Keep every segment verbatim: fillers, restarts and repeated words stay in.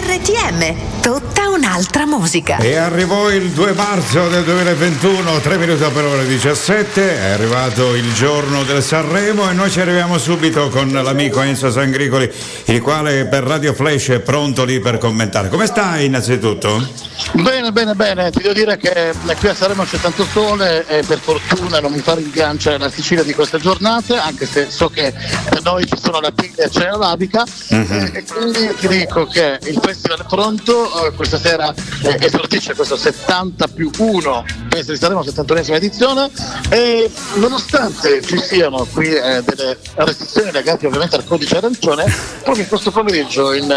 R T M, tutta un'altra musica. E arrivò il due marzo del duemilaventuno, tre minuti per ore diciassette, è arrivato il giorno del Sanremo e noi ci arriviamo subito con l'amico Enzo Sangricoli, il quale per Radio Flash è pronto lì per commentare. Come stai innanzitutto? Bene, bene, bene, ti devo dire che qui a Sanremo c'è tanto sole e per fortuna non mi fa rimpiangere la Sicilia di queste giornate, anche se so che per noi ci sono la piglia e c'è l'arabica, uh-huh. e, e quindi ti dico che il festival è pronto, eh, questa sera eh, esordisce questo settanta più uno, penso di Sanremo, settantunesima edizione, e nonostante ci siano qui eh, delle restrizioni legate ovviamente al codice arancione, proprio in questo pomeriggio in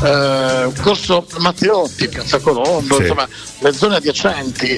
eh, corso Matteotti, Piazza Colombo, sì. insomma le zone adiacenti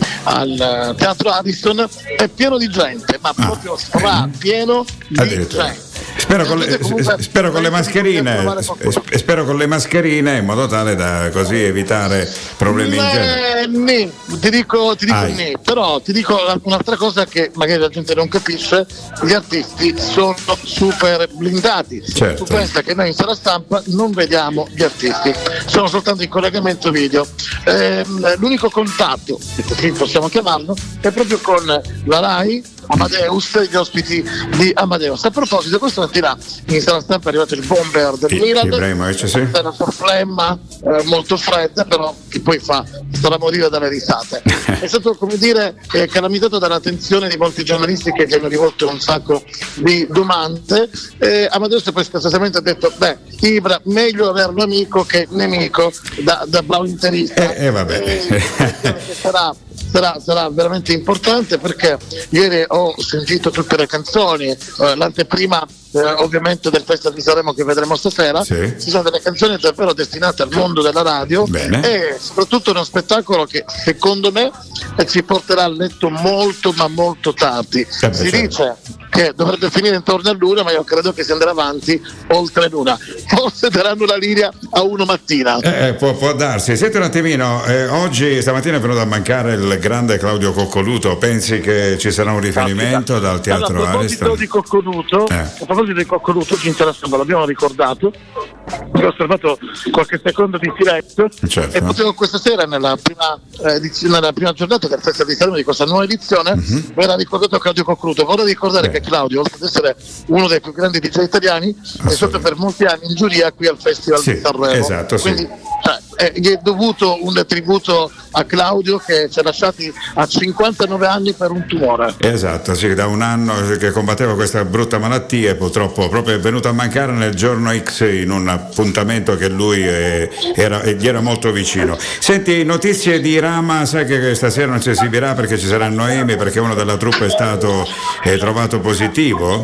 al Teatro Ariston è pieno di gente, ma ah. proprio stra pieno di gente. Spero con, le, spero con le mascherine, spero con le mascherine in modo tale da così evitare problemi in genere. Nì, ti dico, ti dico nì, però ti dico un'altra cosa che magari la gente non capisce: gli artisti sono super blindati. Certo. Tu pensa che noi in sala stampa non vediamo gli artisti, sono soltanto in collegamento video. Eh, l'unico contatto, se così possiamo chiamarlo, è proprio con la Rai, Amadeus, gli ospiti di Amadeus. A proposito, questa mattina in sala stampa è arrivato il bomber del Milan, sì. una sua flemma eh, molto fredda, però che poi fa stramorire dalle risate. È stato, come dire, eh, calamitato dalla tensione di molti giornalisti che gli hanno rivolto un sacco di domande. Eh, Amadeus poi scarsamente ha detto: beh, Ibra, meglio averlo amico che nemico, da, da bravo interista. Eh, eh, vabbè. Eh, che sarà Sarà, sarà veramente importante, perché ieri ho sentito tutte le canzoni, eh, l'anteprima eh, ovviamente del Festival di Sanremo che vedremo stasera. Sì. Ci sono delle canzoni davvero destinate al mondo della radio. Bene. E soprattutto uno spettacolo che secondo me eh, ci porterà a letto molto ma molto tardi. Sempre si certo. dice che dovrebbe finire intorno a l'una, ma io credo che si andrà avanti oltre l'una, forse daranno la linea a uno mattina. Eh, può, può darsi. Senti un attimino, eh, oggi stamattina è venuto a mancare il grande Claudio Coccoluto, pensi che ci sarà un riferimento dal teatro allora, a proposito Ariston? di Coccoluto, eh. a proposito di Coccoluto, ci interessava, l'abbiamo ricordato, ho osservato qualche secondo di silenzio, certo. e potevo questa sera nella prima, eh, edizione, nella prima giornata del Festival di Sanremo di questa nuova edizione, uh-huh. verrà ricordato Claudio Coccoluto. Vorrei ricordare Beh. che Claudio, oltre ad essere uno dei più grandi D J italiani, è stato per molti anni in giuria qui al Festival sì, di Sanremo. esatto, sì. Quindi, Eh, gli è dovuto un tributo a Claudio, che ci ha lasciati a cinquantanove anni per un tumore. Esatto, sì, da un anno che combatteva questa brutta malattia e purtroppo proprio è venuto a mancare nel giorno X in un appuntamento che lui eh, era, gli era molto vicino. Senti, notizie di Rama, sai che stasera non si esibirà perché ci sarà Noemi, perché uno della troupe è stato eh, trovato positivo?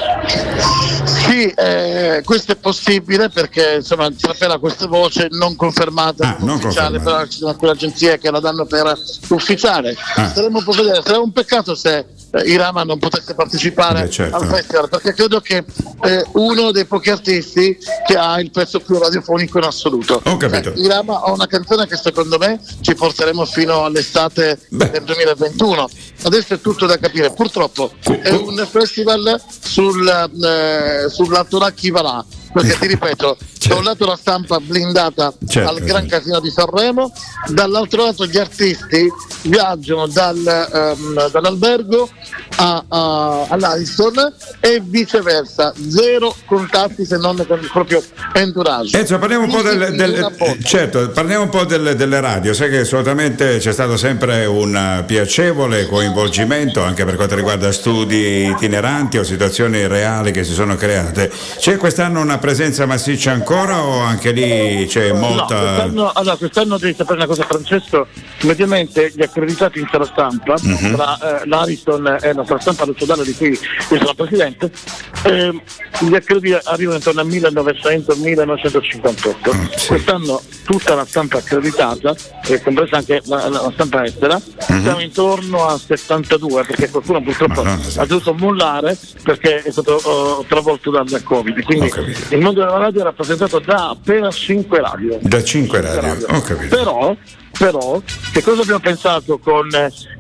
Sì, eh, questo è possibile perché insomma si appella questa voce non confermata, ah, non ufficiale, confermata. però ci sono quelle agenzie che la danno per ufficiale. Ah. Staremo un po' a vedere, sarà un peccato se eh, Irama non potesse partecipare Beh, certo. al festival, perché credo che è uno dei pochi artisti che ha il pezzo più radiofonico in assoluto. Ho capito. Cioè, Irama ha una canzone che secondo me ci porteremo fino all'estate Beh. del duemilaventuno. Adesso è tutto da capire, purtroppo è un festival sul, eh, sull'Alto Racchi Valà, perché ti ripeto, certo. da un lato la stampa blindata certo, al Gran certo. Casino di Sanremo, dall'altro lato gli artisti viaggiano dal, um, dall'albergo a, a, all'Ariston e viceversa, zero contatti se non con il proprio entourage. Enzo, parliamo un po' del, del, certo, parliamo un po' delle, delle radio. Sai che solitamente c'è stato sempre un piacevole coinvolgimento anche per quanto riguarda studi itineranti o situazioni reali che si sono create. C'è quest'anno una presenza massiccia ancora o anche lì c'è molta? No, quest'anno, allora, quest'anno devi sapere una cosa, Francesco, mediamente gli accreditati in sala stampa, uh-huh. tra eh, l'Ariston e la sala stampa nazionale di cui io sono presidente, eh, gli accrediti arrivano intorno a millenovecento millenovecentocinquantotto. Uh, sì. Quest'anno tutta la stampa accreditata, eh, compresa anche la, la, la stampa estera, uh-huh. siamo intorno a settantadue, perché qualcuno purtroppo Madonna, sì. ha dovuto mollare perché è stato uh, travolto dal Covid. Quindi il mondo della radio è rappresentato da appena cinque radio. Da cinque radio, ho capito. Però, però, che cosa abbiamo pensato con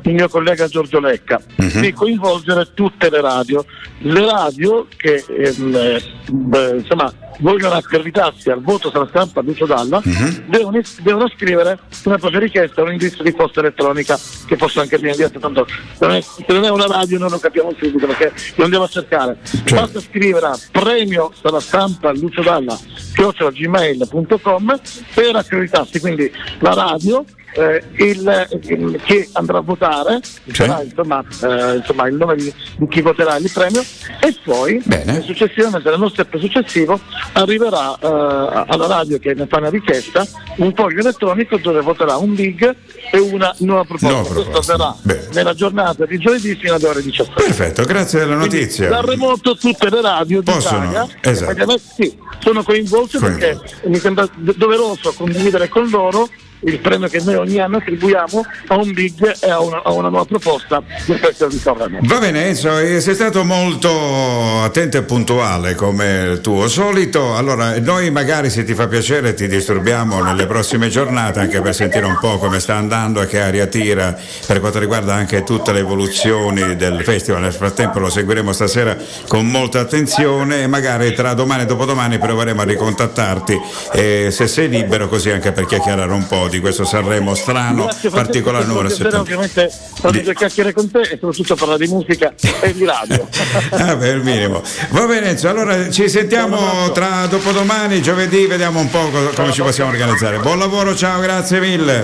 il mio collega Giorgio Lecca, uh-huh. di coinvolgere tutte le radio, le radio che ehm, beh, insomma vogliono accreditarsi al voto sulla stampa Lucio Dalla, uh-huh. devono, devono scrivere una propria richiesta, un indirizzo di posta elettronica che posso anche dire, tanto se non, è, se non è una radio non lo capiamo subito perché lo andiamo a cercare. Certo. Basta scrivere a premio sulla stampa Lucio Dalla chiocciola gmail punto com per accreditarsi, quindi la radio, eh, il, il chi andrà a votare, sarà, insomma, eh, insomma il nome di, di chi voterà il premio, e poi eh, successivamente nello step successivo arriverà eh, alla radio che ne fa una richiesta un foglio elettronico dove voterà un big e una nuova proposta. No, proposta. Questo avverrà Bene. nella giornata di giovedì fino alle ore diciassette. Perfetto, grazie della notizia. Quindi, da remoto tutte le radio possono, d'Italia esatto. sì, sono coinvolte perché mi sembra doveroso condividere con loro il premio che noi ogni anno attribuiamo a un big e a una, a una nuova proposta del Festival di Sanremo. Va bene Enzo, sei stato molto attento e puntuale come il tuo solito. Allora noi magari, se ti fa piacere, ti disturbiamo nelle prossime giornate anche per sentire un po' come sta andando e che aria tira per quanto riguarda anche tutte le evoluzioni del festival. Nel frattempo lo seguiremo stasera con molta attenzione e magari tra domani e dopodomani proveremo a ricontattarti, eh, se sei libero, così anche per chiacchierare un po' di questo Sanremo strano. Grazie, particolare numero settanta. Ovviamente fare due chiacchiere con te e soprattutto parlare di musica e di radio. Ah, beh, il minimo. Va bene Enzo, allora ci sentiamo tra dopodomani, giovedì, vediamo un po' co- come ci possiamo organizzare. Buon lavoro, ciao, grazie mille.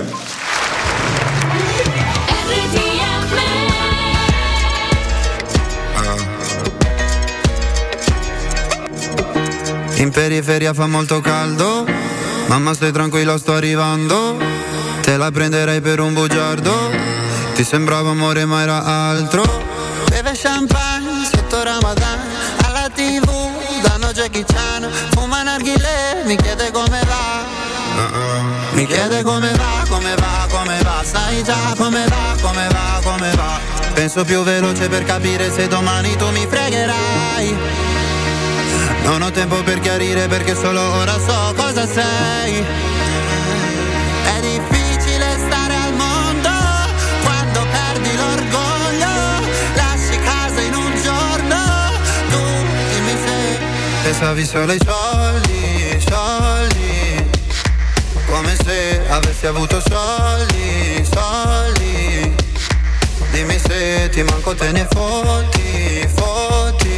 In periferia fa molto caldo, mamma stai tranquilla, sto arrivando. Te la prenderei per un bugiardo, ti sembrava amore ma era altro. Beve champagne sotto Ramadan, alla tivù danno Jackie Chan. Fuma narghilè, mi chiede come va, uh-uh. Mi chiede come va, come va, come va. Sai già come va, come va, come va. Penso più veloce per capire se domani tu mi fregherai. Non ho tempo per chiarire perché solo ora so cosa sei. È difficile stare al mondo quando perdi l'orgoglio. Lasci casa in un giorno, tu dimmi se pensavi solo ai soldi, soldi. Come se avessi avuto soldi, soldi. Dimmi se ti manco, te ne fotti, fotti.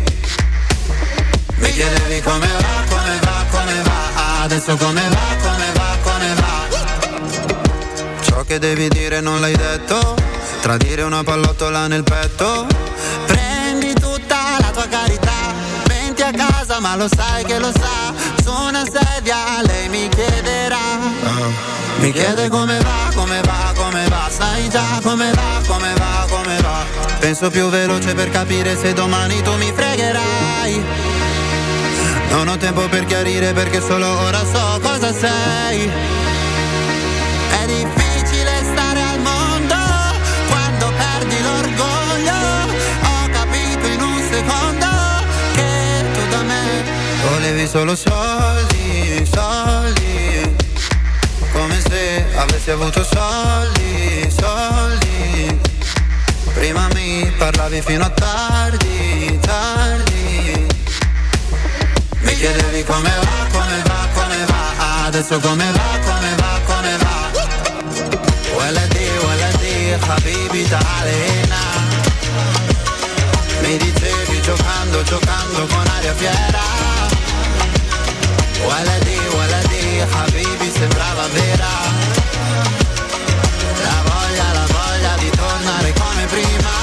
Mi chiedevi come va, come va, come va. Adesso come va, come va, come va. Ciò che devi dire non l'hai detto. Tradire una pallottola nel petto. Prendi tutta la tua carità, venti a casa ma lo sai che lo sa. Su una sedia lei mi chiederà, uh. Mi chiede come va, come va, come va. Sai già come va, come va, come va. Penso più veloce per capire se domani tu mi fregherai. Non ho tempo per chiarire perché solo ora so cosa sei. È difficile stare al mondo quando perdi l'orgoglio. Ho capito in un secondo che tu da me volevi solo soldi, soldi. Come se avessi avuto soldi, soldi. Prima mi parlavi fino a tardi, tardi. Mi chiedevi come va, come va, come va. Adesso come va, come va, come va. Waladi, waladi, habibi ta'alena. Mi dicevi giocando, giocando con aria fiera. Waladi, waladi, habibi sembrava vera. La voglia, la voglia di tornare come prima.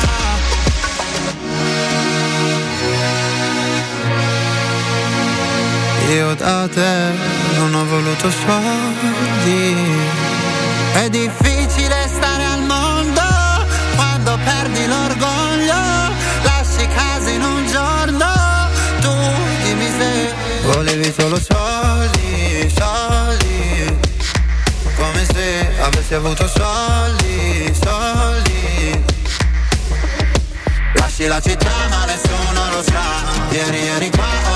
Io da te non ho voluto soldi. È difficile stare al mondo quando perdi l'orgoglio. Lasci casa in un giorno, tu dimmi se volevi solo soldi, soldi. Come se avessi avuto soldi, soldi. Lasci la città ma nessuno lo sa. Ieri eri qua, ora dove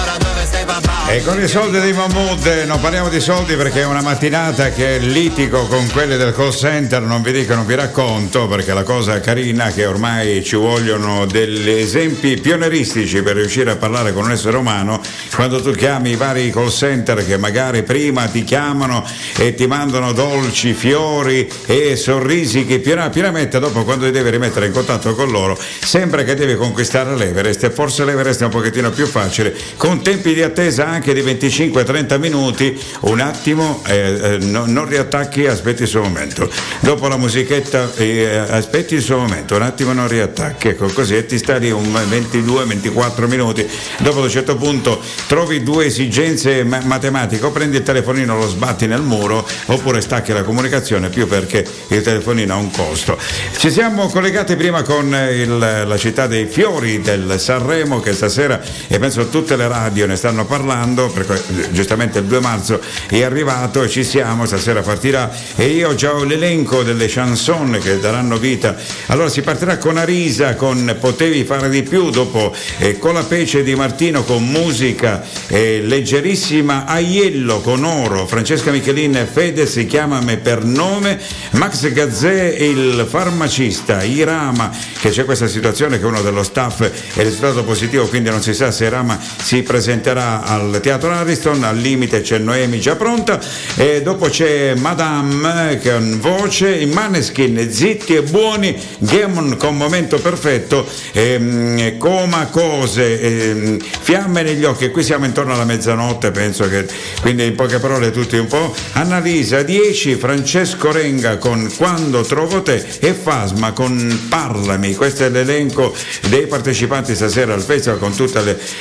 sei papà. E con i soldi dei Mahmood non parliamo di soldi perché è una mattinata che litigo con quelli del call center, non vi dico, non vi racconto, perché la cosa carina è che ormai ci vogliono degli esempi pionieristici per riuscire a parlare con un essere umano. Quando tu chiami i vari call center che magari prima ti chiamano e ti mandano dolci, fiori e sorrisi che pienamente dopo, quando ti devi rimettere in contatto con loro, sembra che devi conquistare l'Everest, e forse l'Everest è un pochettino più facile, con tempi di attesa anche di venticinque trenta minuti. Un attimo, eh, eh, no, non riattacchi, aspetti il suo momento, dopo la musichetta eh, aspetti il suo momento, un attimo, non riattacchi, ecco, così, e ti sta lì un ventidue ventiquattro minuti. Dopo a un certo punto trovi due esigenze ma- matematiche: o prendi il telefonino, lo sbatti nel muro, oppure stacchi la comunicazione, più perché il telefonino ha un costo. Ci siamo collegati prima con il, la città dei fiori del Sanremo, che stasera, e penso tutte le radio ne stanno parlando, perché giustamente il due marzo è arrivato e ci siamo, stasera partirà, e io già ho l'elenco delle chanson che daranno vita. Allora si partirà con Arisa con Potevi fare di più, dopo eh, Con la pece di Martino con Musica eh, leggerissima, Aiello con Oro, Francesca Michelin Fedez Chiamami per nome, Max Gazzè il farmacista, Irama, che c'è questa situazione che uno dello staff è risultato positivo, quindi non si sa se Irama si presenterà al Teatro Ariston. Al limite c'è Noemi già pronta, e dopo c'è Madame con Voce, i Maneskin Zitti e Buoni, Gemon con Momento Perfetto, ehm, Coma Cose, ehm, Fiamme negli occhi. Qui siamo intorno alla mezzanotte, penso che, quindi in poche parole tutti un po'. Annalisa dieci, Francesco Renga con Quando trovo te, e Fasma con Parlami. Questo è l'elenco dei partecipanti stasera al festival, con tutti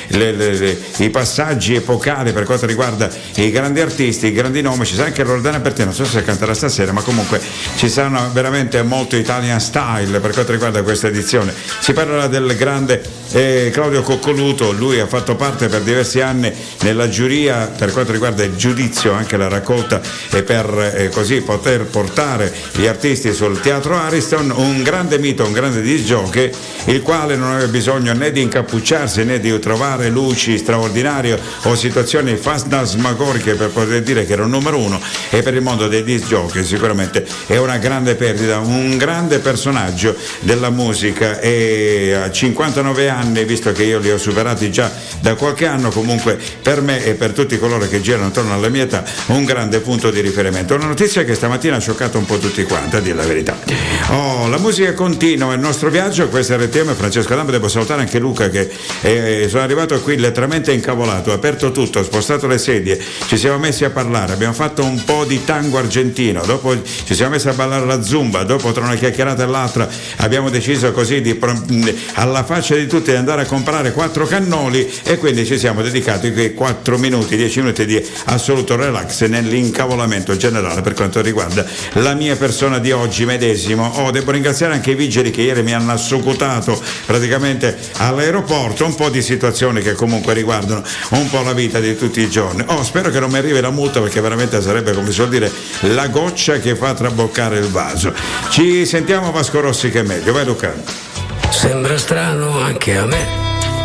i passaggi epocali per quanto riguarda i grandi artisti, i grandi nomi. Ci sarà anche Loredana Bertino, non so se canterà stasera, ma comunque ci saranno veramente molto Italian style per quanto riguarda questa edizione. Si parlerà del grande eh, Claudio Coccoluto, lui ha fatto parte per diversi anni nella giuria per quanto riguarda il giudizio, anche la raccolta, e per eh, così poter portare gli artisti sul Teatro Ariston. Un grande mito, un grande disjockey, il quale non aveva bisogno né di incappucciarsi né di trovare luci straordinarie o situazioni fantasmagoriche per poter dire che era un numero uno. E per il mondo dei disjockey sicuramente è una grande perdita, un grande personaggio della musica, e a cinquantanove anni, visto che io li ho superati già da qualche anno, comunque per me e per tutti coloro che girano attorno alla mia età un grande punto di riferimento. Una notizia che stamattina ha scioccato un po' tutti quanti, a dire la verità. Oh, la musica continua, il nostro viaggio, questo è R T M, Francesco Adamo. Devo salutare anche Luca, che eh, sono arrivato qui letteralmente incavolato, ho aperto tutto, ho spostato le sedie, ci siamo messi a parlare, abbiamo fatto un po' di tango argentino, dopo ci siamo messi a ballare la zumba, dopo tra una chiacchierata e l'altra abbiamo deciso così di, alla faccia di tutti, di andare a comprare quattro cannoli, e quindi ci siamo dedicati quei quattro minuti, dieci minuti di assoluto relax nell'incavolamento generale per quanto riguarda la mia persona di oggi medesimo. Oh, devo ringraziare anche i vigili che ieri mi hanno assocutato praticamente all'aeroporto, un po' di situazioni che comunque riguardano un po' la vita di tutti i giorni. Oh, spero che non mi arrivi la multa, perché veramente sarebbe, come si suol dire, la goccia che fa traboccare il vaso. Ci sentiamo Vasco Rossi, che è meglio. Vai Luca. Sembra strano anche a me,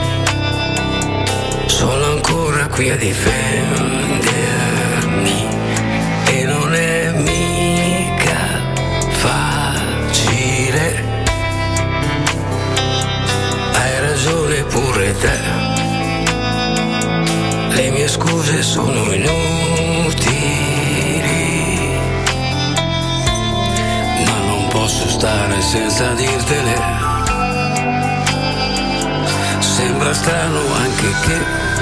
sono ancora qui a difendermi, e non è mica facile. Hai ragione pure te, le mie scuse sono inutili, ma non posso stare senza dirtele. Sembra strano anche che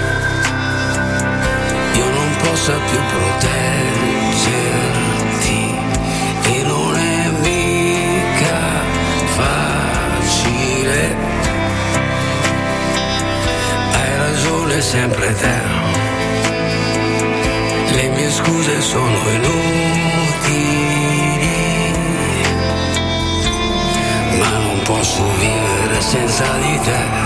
io non possa più proteggerti, e non è mica facile. Hai ragione sempre te, le mie scuse sono inutili, ma non posso vivere senza di te.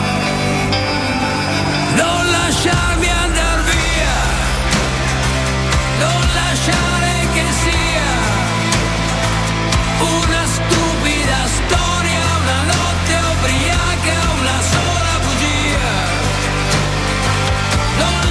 Non lasciarmi andar via, non lasciare che sia una stupida storia, una notte ubriaca, una sola bugia. Non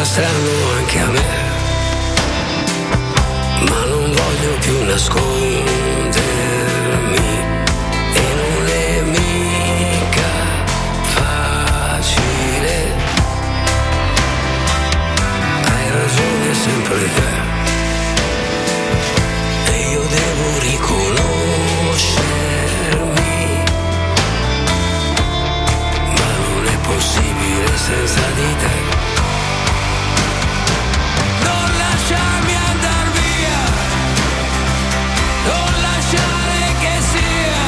fa strano anche a me, ma non voglio più nascondermi e non è mica facile. Hai ragione sempre te e io devo riconoscermi, ma non è possibile senza di te. Non lasciarmi andar via, non lasciare che sia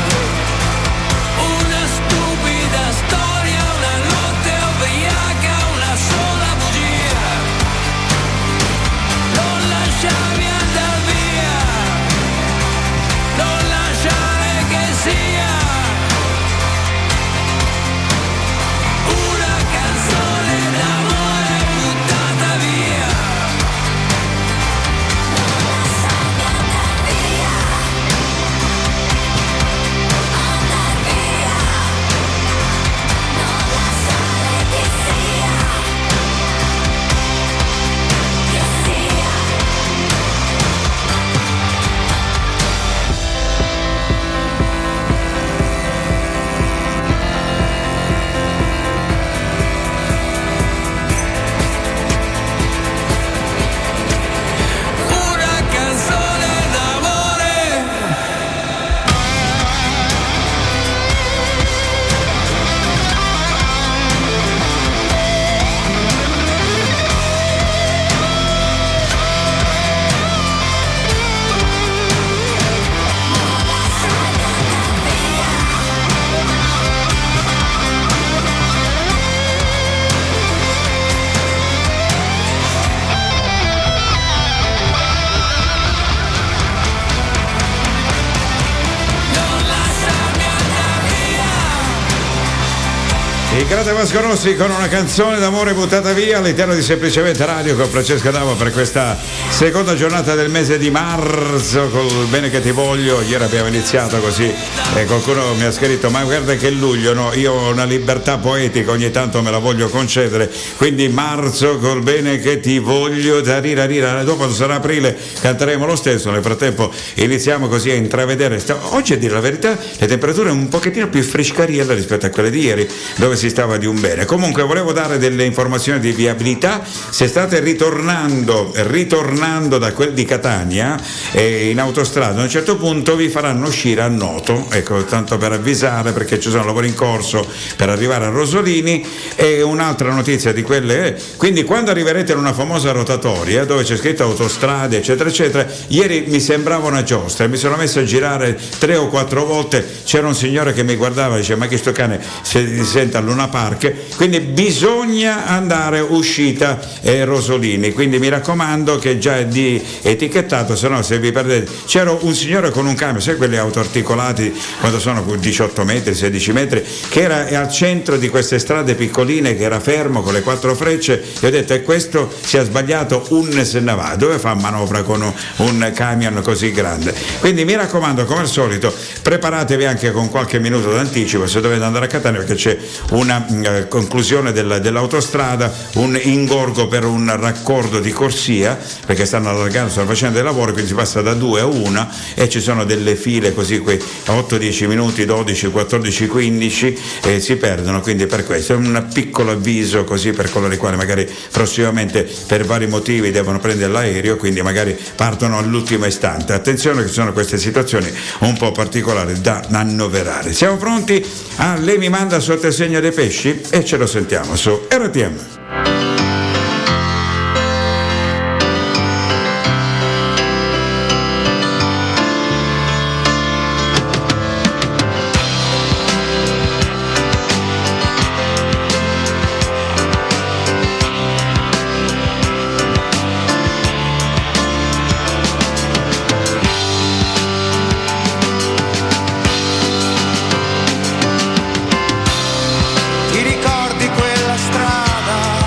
una stupida storia, una notte ubriaca, una sola bugia. Non lasciarmi andar via, non lasciare che sia una canzone d'amore buttata via. Una canzone d'amore. Il grande Vasco Rossi con una canzone d'amore buttata via all'interno di Semplicemente Radio con Francesco Adamo per questa seconda giornata del mese di marzo col bene che ti voglio. Ieri abbiamo iniziato così e qualcuno mi ha scritto ma guarda che luglio, no, io ho una libertà poetica, ogni tanto me la voglio concedere, quindi marzo col bene che ti voglio, da rira rira, dopo sarà aprile, canteremo lo stesso. Nel frattempo iniziamo così a intravedere, oggi a dire la verità le temperature un pochettino più frescarielle rispetto a quelle di ieri dove si stava di un bene. Comunque volevo dare delle informazioni di viabilità. Se state ritornando ritornando da quel di Catania eh, in autostrada, a un certo punto vi faranno uscire a Noto, ecco, tanto per avvisare, perché ci sono lavori in corso per arrivare a Rosolini. E un'altra notizia di quelle eh, quindi quando arriverete in una famosa rotatoria dove c'è scritto autostrade eccetera eccetera, ieri mi sembrava una giostra, mi sono messo a girare tre o quattro volte, c'era un signore che mi guardava e dice ma che sto cane si sente all'una Park, quindi bisogna andare uscita eh, Rosolini, quindi mi raccomando che già è di etichettato, se no se vi perdete. C'era un signore con un camion, sai quelli autoarticolati quando sono diciotto metri, sedici metri, che era al centro di queste strade piccoline, che era fermo con le quattro frecce, e ho detto e questo si è sbagliato un se ne va, dove fa manovra con un, un camion così grande? Quindi mi raccomando, come al solito preparatevi anche con qualche minuto d'anticipo se dovete andare a Catania, perché c'è una eh, conclusione del, dell'autostrada, un ingorgo per un raccordo di corsia, perché stanno allargando, stanno facendo dei lavori, quindi si passa da due a una e ci sono delle file così, quei otto dieci minuti, dodici, quattordici, quindici e si perdono, quindi per questo è un piccolo avviso così per coloro i quali magari prossimamente per vari motivi devono prendere l'aereo, quindi magari partono all'ultimo istante. Attenzione che ci sono queste situazioni un po' particolari da annoverare. Siamo pronti? Ah, lei mi manda sotto il segno dei pesci e ce lo sentiamo su R T M. Ti ricordi quella strada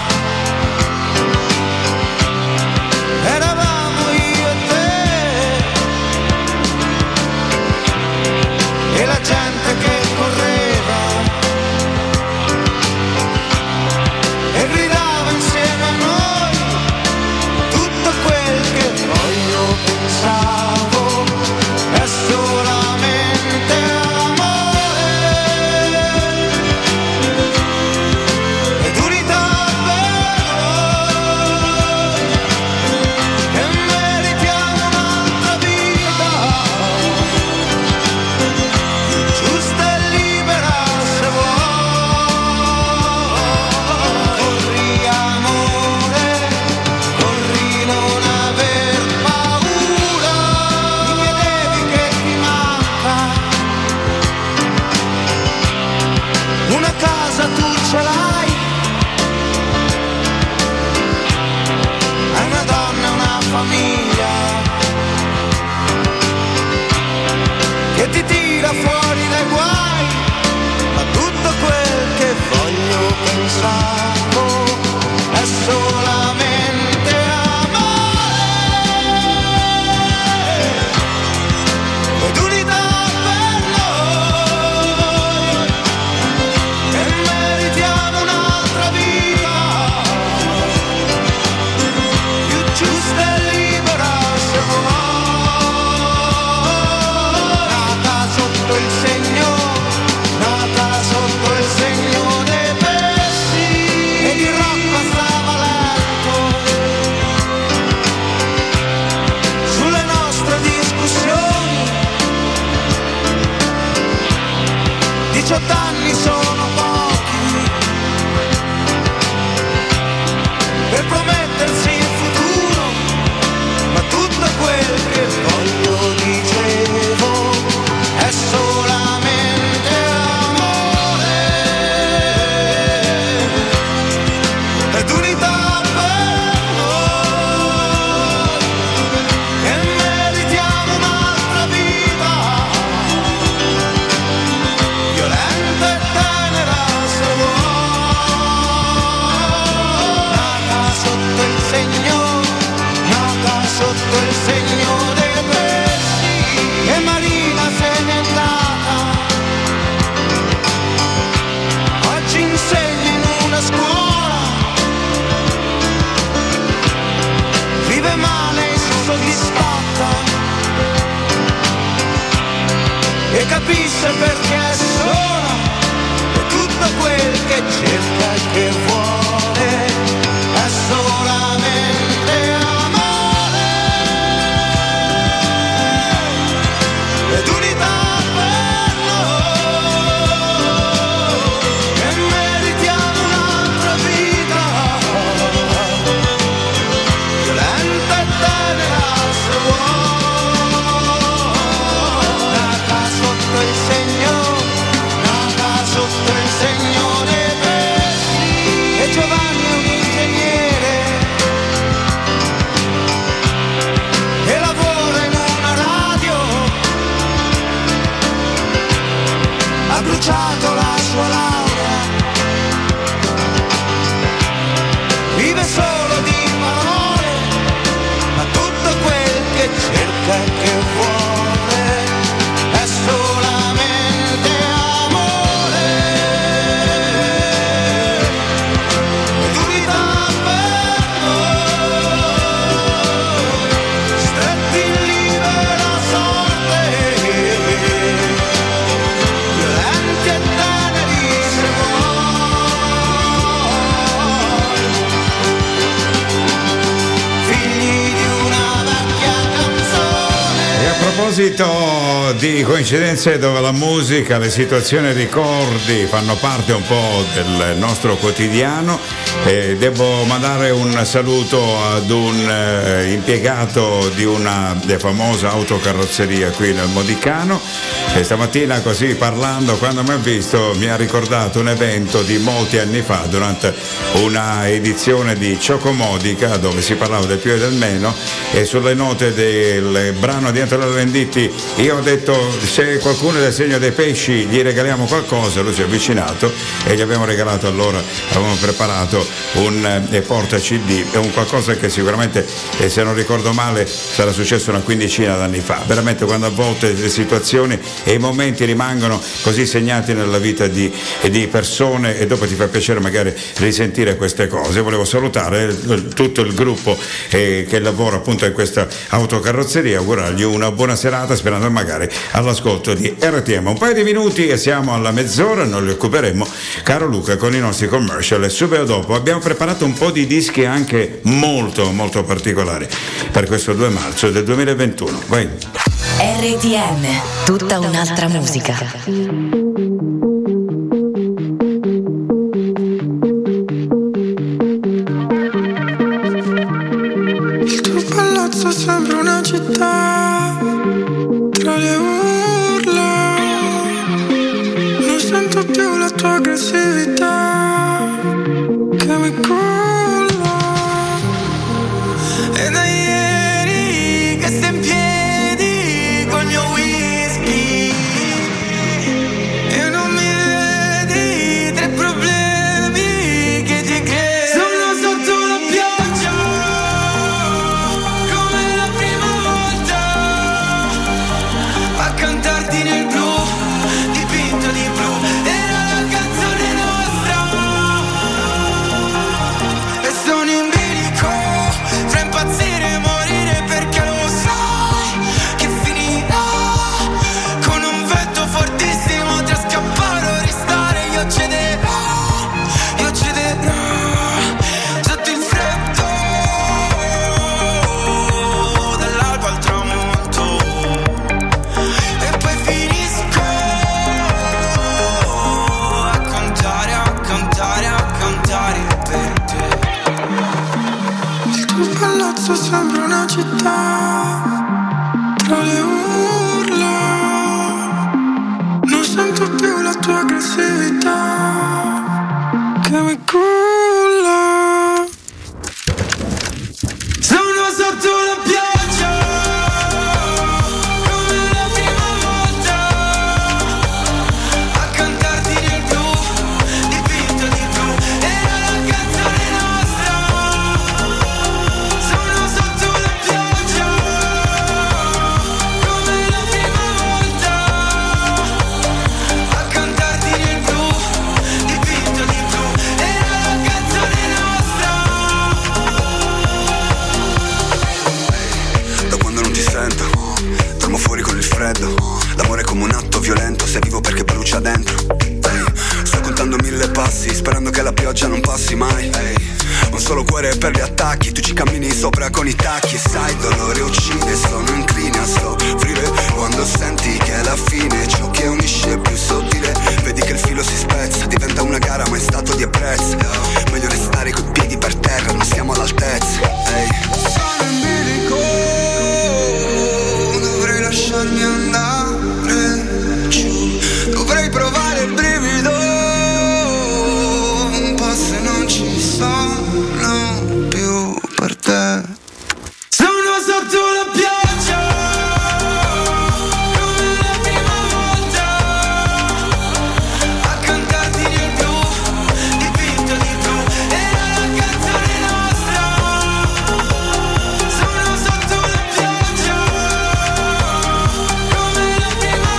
disse perché è sola, e tutto quel che cerca e che vuole è solamente amore ed unità per noi, e meritiamo un'altra vita violenta e tenera se vuoi, nata sotto il segno, nata sotto il segno dei pesci, e Giovanni è un ingegnere e lavora in una radio, ha bruciato la sua laurea, vive solo di parole, ma tutto quel che cerca e che vuole è solamente amore ed unità per noi, stretti in libera sorte, violenti e teneri se vuoi, figli di una vecchia canzone. E a proposito di coincidenze dove la musica, le situazioni e i ricordi fanno parte un po' del nostro quotidiano, eh, devo mandare un saluto ad un eh, impiegato di una de famosa autocarrozzeria qui nel Modicano, e stamattina così parlando, quando mi ha visto, mi ha ricordato un evento di molti anni fa durante una edizione di Ciocomodica dove si parlava del più e del meno, e sulle note del brano di Antonio Venditti io ho detto se qualcuno è del segno dei pesci gli regaliamo qualcosa. Lui si è avvicinato e gli abbiamo regalato, allora avevamo preparato un eh, porta C D, è un qualcosa che sicuramente eh, se non ricordo male sarà successo una quindicina d'anni fa. Veramente, quando a volte le situazioni e i momenti rimangono così segnati nella vita di, di persone, e dopo ti fa piacere magari risentire queste cose. Volevo salutare tutto il gruppo eh, che lavora appunto in questa autocarrozzeria, augurargli una buona serata, sperando magari all'ascolto di R T M. Un paio di minuti e siamo alla mezz'ora, noi li occuperemo, caro Luca, con i nostri commercial, e subito dopo abbiamo preparato un po' di dischi anche molto molto particolari per questo due marzo del duemilaventuno. Vai. R T M, tutta un'altra musica. Il tuo palazzo sembra una città tra le urla, non sento più la tua aggressività che mi culla, e da ieri che stai in piedi con il mio whisky e non mi vedi, tre problemi che ti crei. Sono sotto la pioggia come la prima volta, a cantarti nel blu, dipinto di blu, era la canzone nostra, e sono in bilico fra impazzire e morire, perché lo sai che finirà con un vento fortissimo tra scappare o restare. Io cederò, io cederò sotto il freddo dall'alba al tramonto, e poi finisco a contare, a contare, a contare per te. Il tuo palazzo sembra una città tra le urla, non sento più la tua aggressività che mi culla. Sono sotto la pioggia come la prima volta, a cantarti nel blu, dipinto di blu, era la canzone nostra. Sono sotto la pioggia come la prima volta, a cantarti nel blu, dipinto violento, se vivo perché brucia dentro. Ehi, sto contando mille passi, sperando che la pioggia non passi mai. Ehi, un solo cuore per gli attacchi, tu ci cammini sopra con i tacchi. E sai, dolore uccide, sono incline a soffrire quando senti che è la fine, ciò che unisce è più sottile. Vedi che il filo si spezza, diventa una gara ma in stato di ebbrezza. Meglio restare coi piedi per terra, non siamo all'altezza. Ehi, sono in bilico, dovrei lasciarmi andare giù, dovrei provare il brivido, un po' se non ci sono più per te. Sono sotto la pioggia come la prima volta, a cantarti di più, dipinto di blu, era la canzone nostra. Sono sotto la pioggia come la prima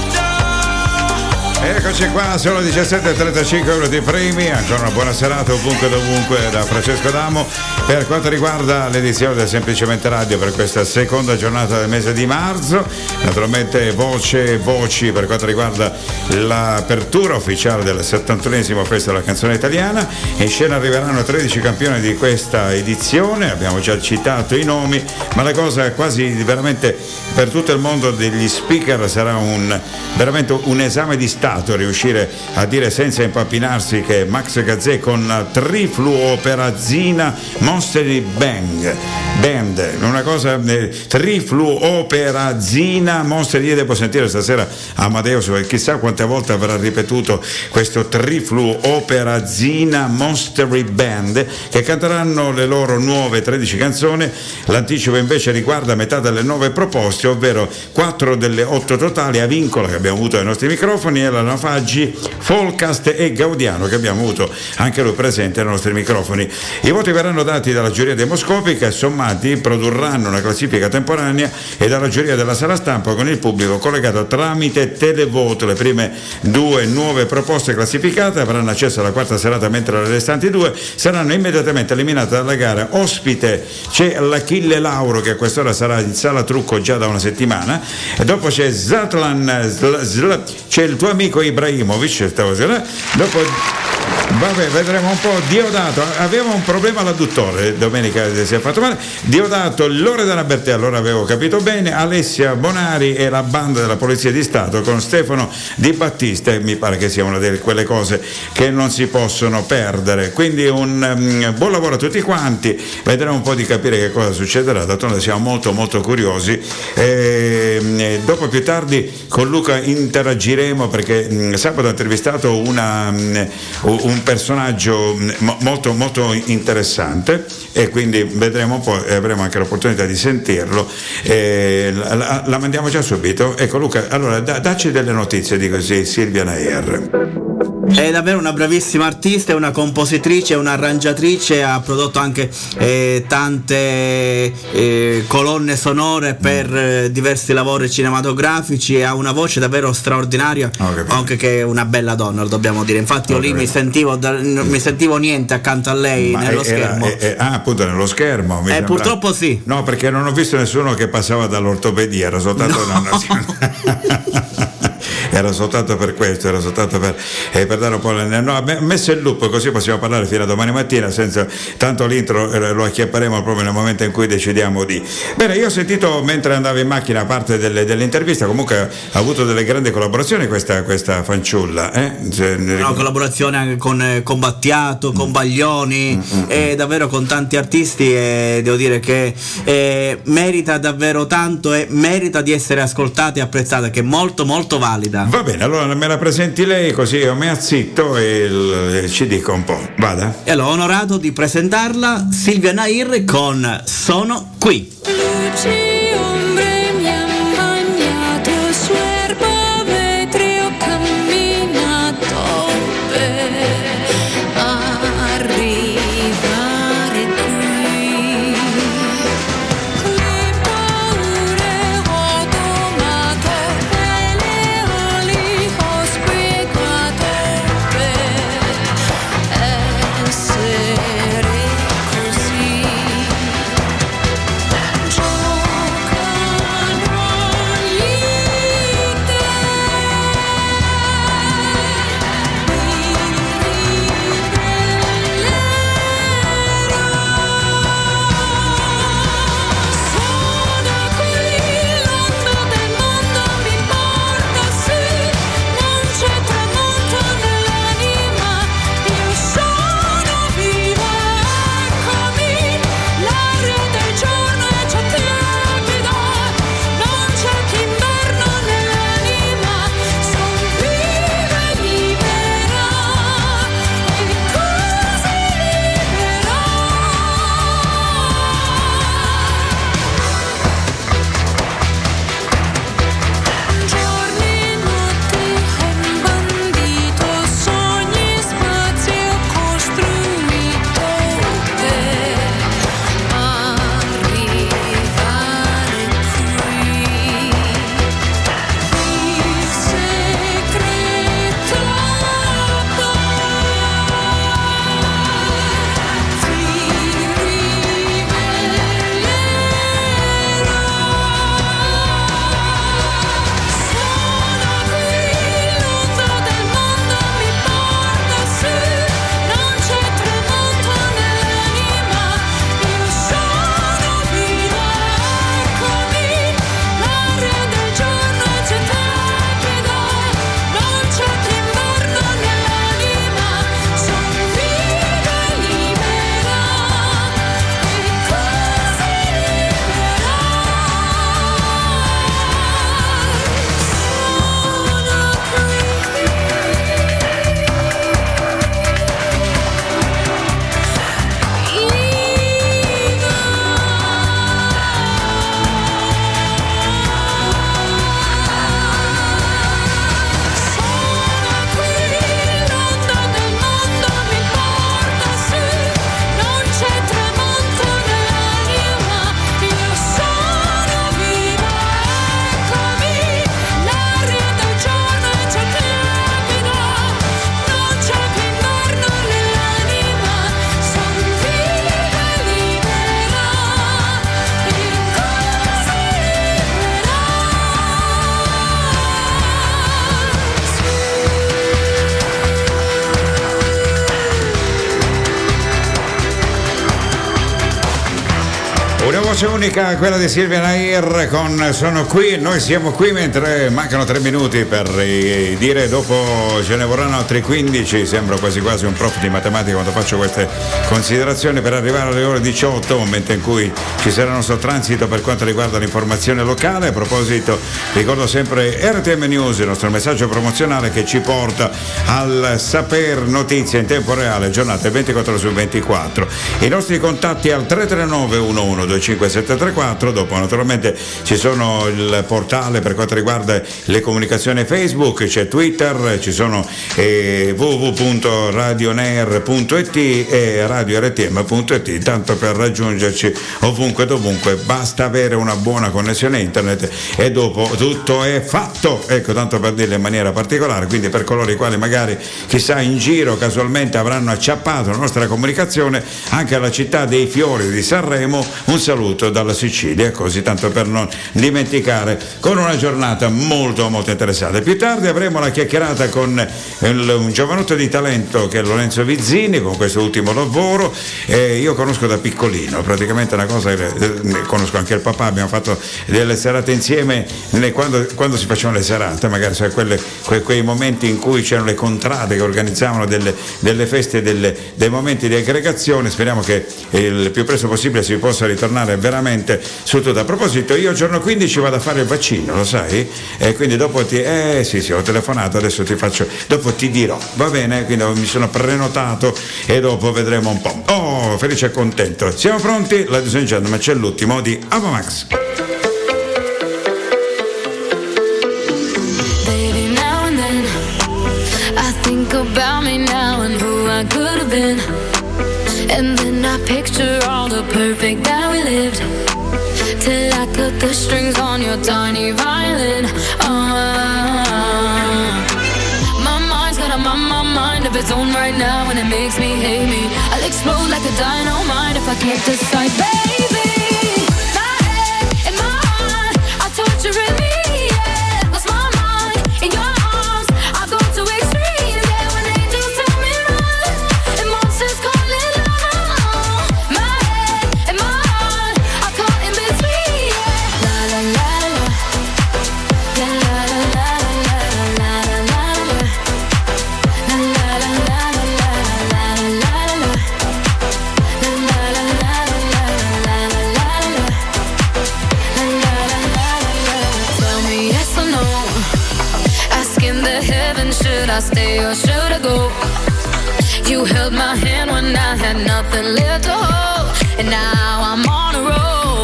volta. Eccoci qua, sono diciassette e trentacinque euro di premi, ancora una buona serata ovunque dovunque da Francesco D'Amo. Per quanto riguarda l'edizione del Semplicemente Radio per questa seconda giornata del mese di marzo, naturalmente voce e voci per quanto riguarda l'apertura ufficiale del settantunesimo Festival della Canzone Italiana. In scena arriveranno tredici campioni di questa edizione, abbiamo già citato i nomi, ma la cosa quasi veramente per tutto il mondo degli speaker sarà un veramente un esame di stato riuscire a dire senza impappinarsi che Max Gazzè con Trifluoperazina Monster Bang Band, una cosa eh, Trifluoperazina Monster. Io devo sentire stasera Amadeus, chissà quante volte avrà ripetuto questo Trifluoperazina Monster Band, che canteranno le loro nuove tredici canzoni. L'anticipo invece riguarda metà delle nove proposte, ovvero quattro delle otto totali a vincola che abbiamo avuto ai nostri microfoni, Elena Faggi, Folcast e Gaudiano, che abbiamo avuto anche lui presente ai nostri microfoni. I voti verranno dati dalla giuria demoscopica e sommati produrranno una classifica temporanea e dalla giuria della sala stampa con il pubblico collegato tramite televoto. Le prime due nuove proposte classificate avranno accesso alla quarta serata, mentre le restanti due saranno immediatamente eliminate dalla gara. Ospite c'è l'Achille Lauro, che a quest'ora sarà in sala trucco già da una settimana, e dopo c'è Zlatlan Zl, Zl, c'è il tuo amico Ibrahimovic, stavo dicendo. Dopo vabbè, vedremo un po'. Diodato aveva un problema all'adduttore, domenica si è fatto male. Diodato, Loredana Bertè, allora avevo capito bene, Alessia Bonari e la banda della Polizia di Stato con Stefano Di Battista, e mi pare che sia una delle quelle cose che non si possono perdere. Quindi un um, buon lavoro a tutti quanti, vedremo un po' di capire che cosa succederà, d'altronde siamo molto molto curiosi. E, e dopo più tardi con Luca interagiremo perché mh, sabato ho intervistato una mh, un personaggio mo- molto molto interessante, e quindi vedremo un po' e avremo anche l'opportunità di sentirlo. E la, la, la mandiamo già subito. Ecco Luca, allora da, dacci delle notizie di così Silvia Nair. È davvero una bravissima artista, è una compositrice, è un'arrangiatrice, ha prodotto anche eh, tante eh, colonne sonore per eh, diversi lavori cinematografici, e ha una voce davvero straordinaria, okay, anche che è una bella donna, lo dobbiamo dire. Infatti okay, io lì mi sentivo, da, non mi sentivo niente accanto a lei. Ma nello era, schermo è, è, ah appunto nello schermo mi eh, purtroppo sì. No, perché non ho visto nessuno che passava dall'ortopedia, era soltanto no. una, una... era soltanto per questo, era soltanto per, eh, per dare un po'. No, messo il loop, così possiamo parlare fino a domani mattina, senza tanto l'intro eh, lo acchiapperemo proprio nel momento in cui decidiamo di. Bene, io ho sentito mentre andavo in macchina parte delle, dell'intervista, comunque ha avuto delle grandi collaborazioni questa, questa fanciulla. Eh? Cioè, no, collaborazione anche con, con Battiato, con Baglioni, mm, mm, e davvero con tanti artisti, e devo dire che eh, merita davvero tanto e merita di essere ascoltata e apprezzata, che è molto molto valida. Va bene, allora me la presenti lei così io mi azzitto e il, ci dico un po'. Vada. E allora, onorato di presentarla, Silvia Nair con Sono qui. Luci, ombre, mi han bagnato su erba, vetri, ho camminato per arrivare qui. Le paure ho domato e le ali ho spiegato per essere così. Giorni Una voce unica, quella di Silvia Nair con Sono qui, noi siamo qui mentre mancano tre minuti per eh, dire dopo ce ne vorranno altri quindici, sembra quasi quasi un prof di matematica quando faccio queste considerazioni, per arrivare alle ore diciotto, momento in cui ci sarà il nostro transito per quanto riguarda l'informazione locale. A proposito, ricordo sempre R T M News, il nostro messaggio promozionale che ci porta al saper notizie in tempo reale, giornate ventiquattro su ventiquattro. I nostri contatti al tre tre nove uno uno due cinque sette tre quattro, dopo naturalmente ci sono il portale per quanto riguarda le comunicazioni Facebook, c'è Twitter, ci sono eh, w w w punto radioner punto it e radio r t m punto it, tanto per raggiungerci ovunque dovunque basta avere una buona connessione internet e dopo tutto è fatto, ecco, tanto per dirlo in maniera particolare. Quindi per coloro i quali magari chissà in giro casualmente avranno acciappato la nostra comunicazione anche alla città dei fiori di Sanremo, un saluto dalla Sicilia, così tanto per non dimenticare, con una giornata molto molto interessante. Più tardi avremo la chiacchierata con il, un giovanotto di talento che è Lorenzo Vizzini, con questo ultimo lavoro. Eh, io conosco da piccolino, praticamente una cosa, eh, conosco anche il papà, abbiamo fatto delle serate insieme ne, quando, quando si facevano le serate, magari sai, quelle, que, quei momenti in cui c'erano le contrade che organizzavano delle, delle feste, delle, dei momenti di aggregazione. Speriamo che il più presto possibile si possa ritornare veramente su tutto. A proposito, io giorno quindici vado a fare il vaccino, lo sai? E quindi dopo ti eh sì sì ho telefonato, adesso ti faccio, dopo ti dirò, va bene? Quindi mi sono prenotato e dopo vedremo un po'. Oh, felice e contento. Siamo pronti? Ladies and gentlemen, c'è l'ultimo di Avamax. Baby, now and then I think about me now and who I could have been. And then I picture all the perfect that we lived, till I cut the strings on your tiny violin. uh, My mind's got a my, my mind of its own right now, and it makes me hate me. I'll explode like a dynamite if I can't decide, baby. My head and my heart are torturing me, yeah. Lost my mind in your arms, I go to extremes, yeah. When angels tell me run and monsters call it love. My head and my heart are caught in between, yeah. La la la la, la la la la la la la la, la la la la la la la la la. Tell me yes or no, asking the heavens, should I stay or should I go? You held my hand when I had nothing left to hold, and now I'm on a roll.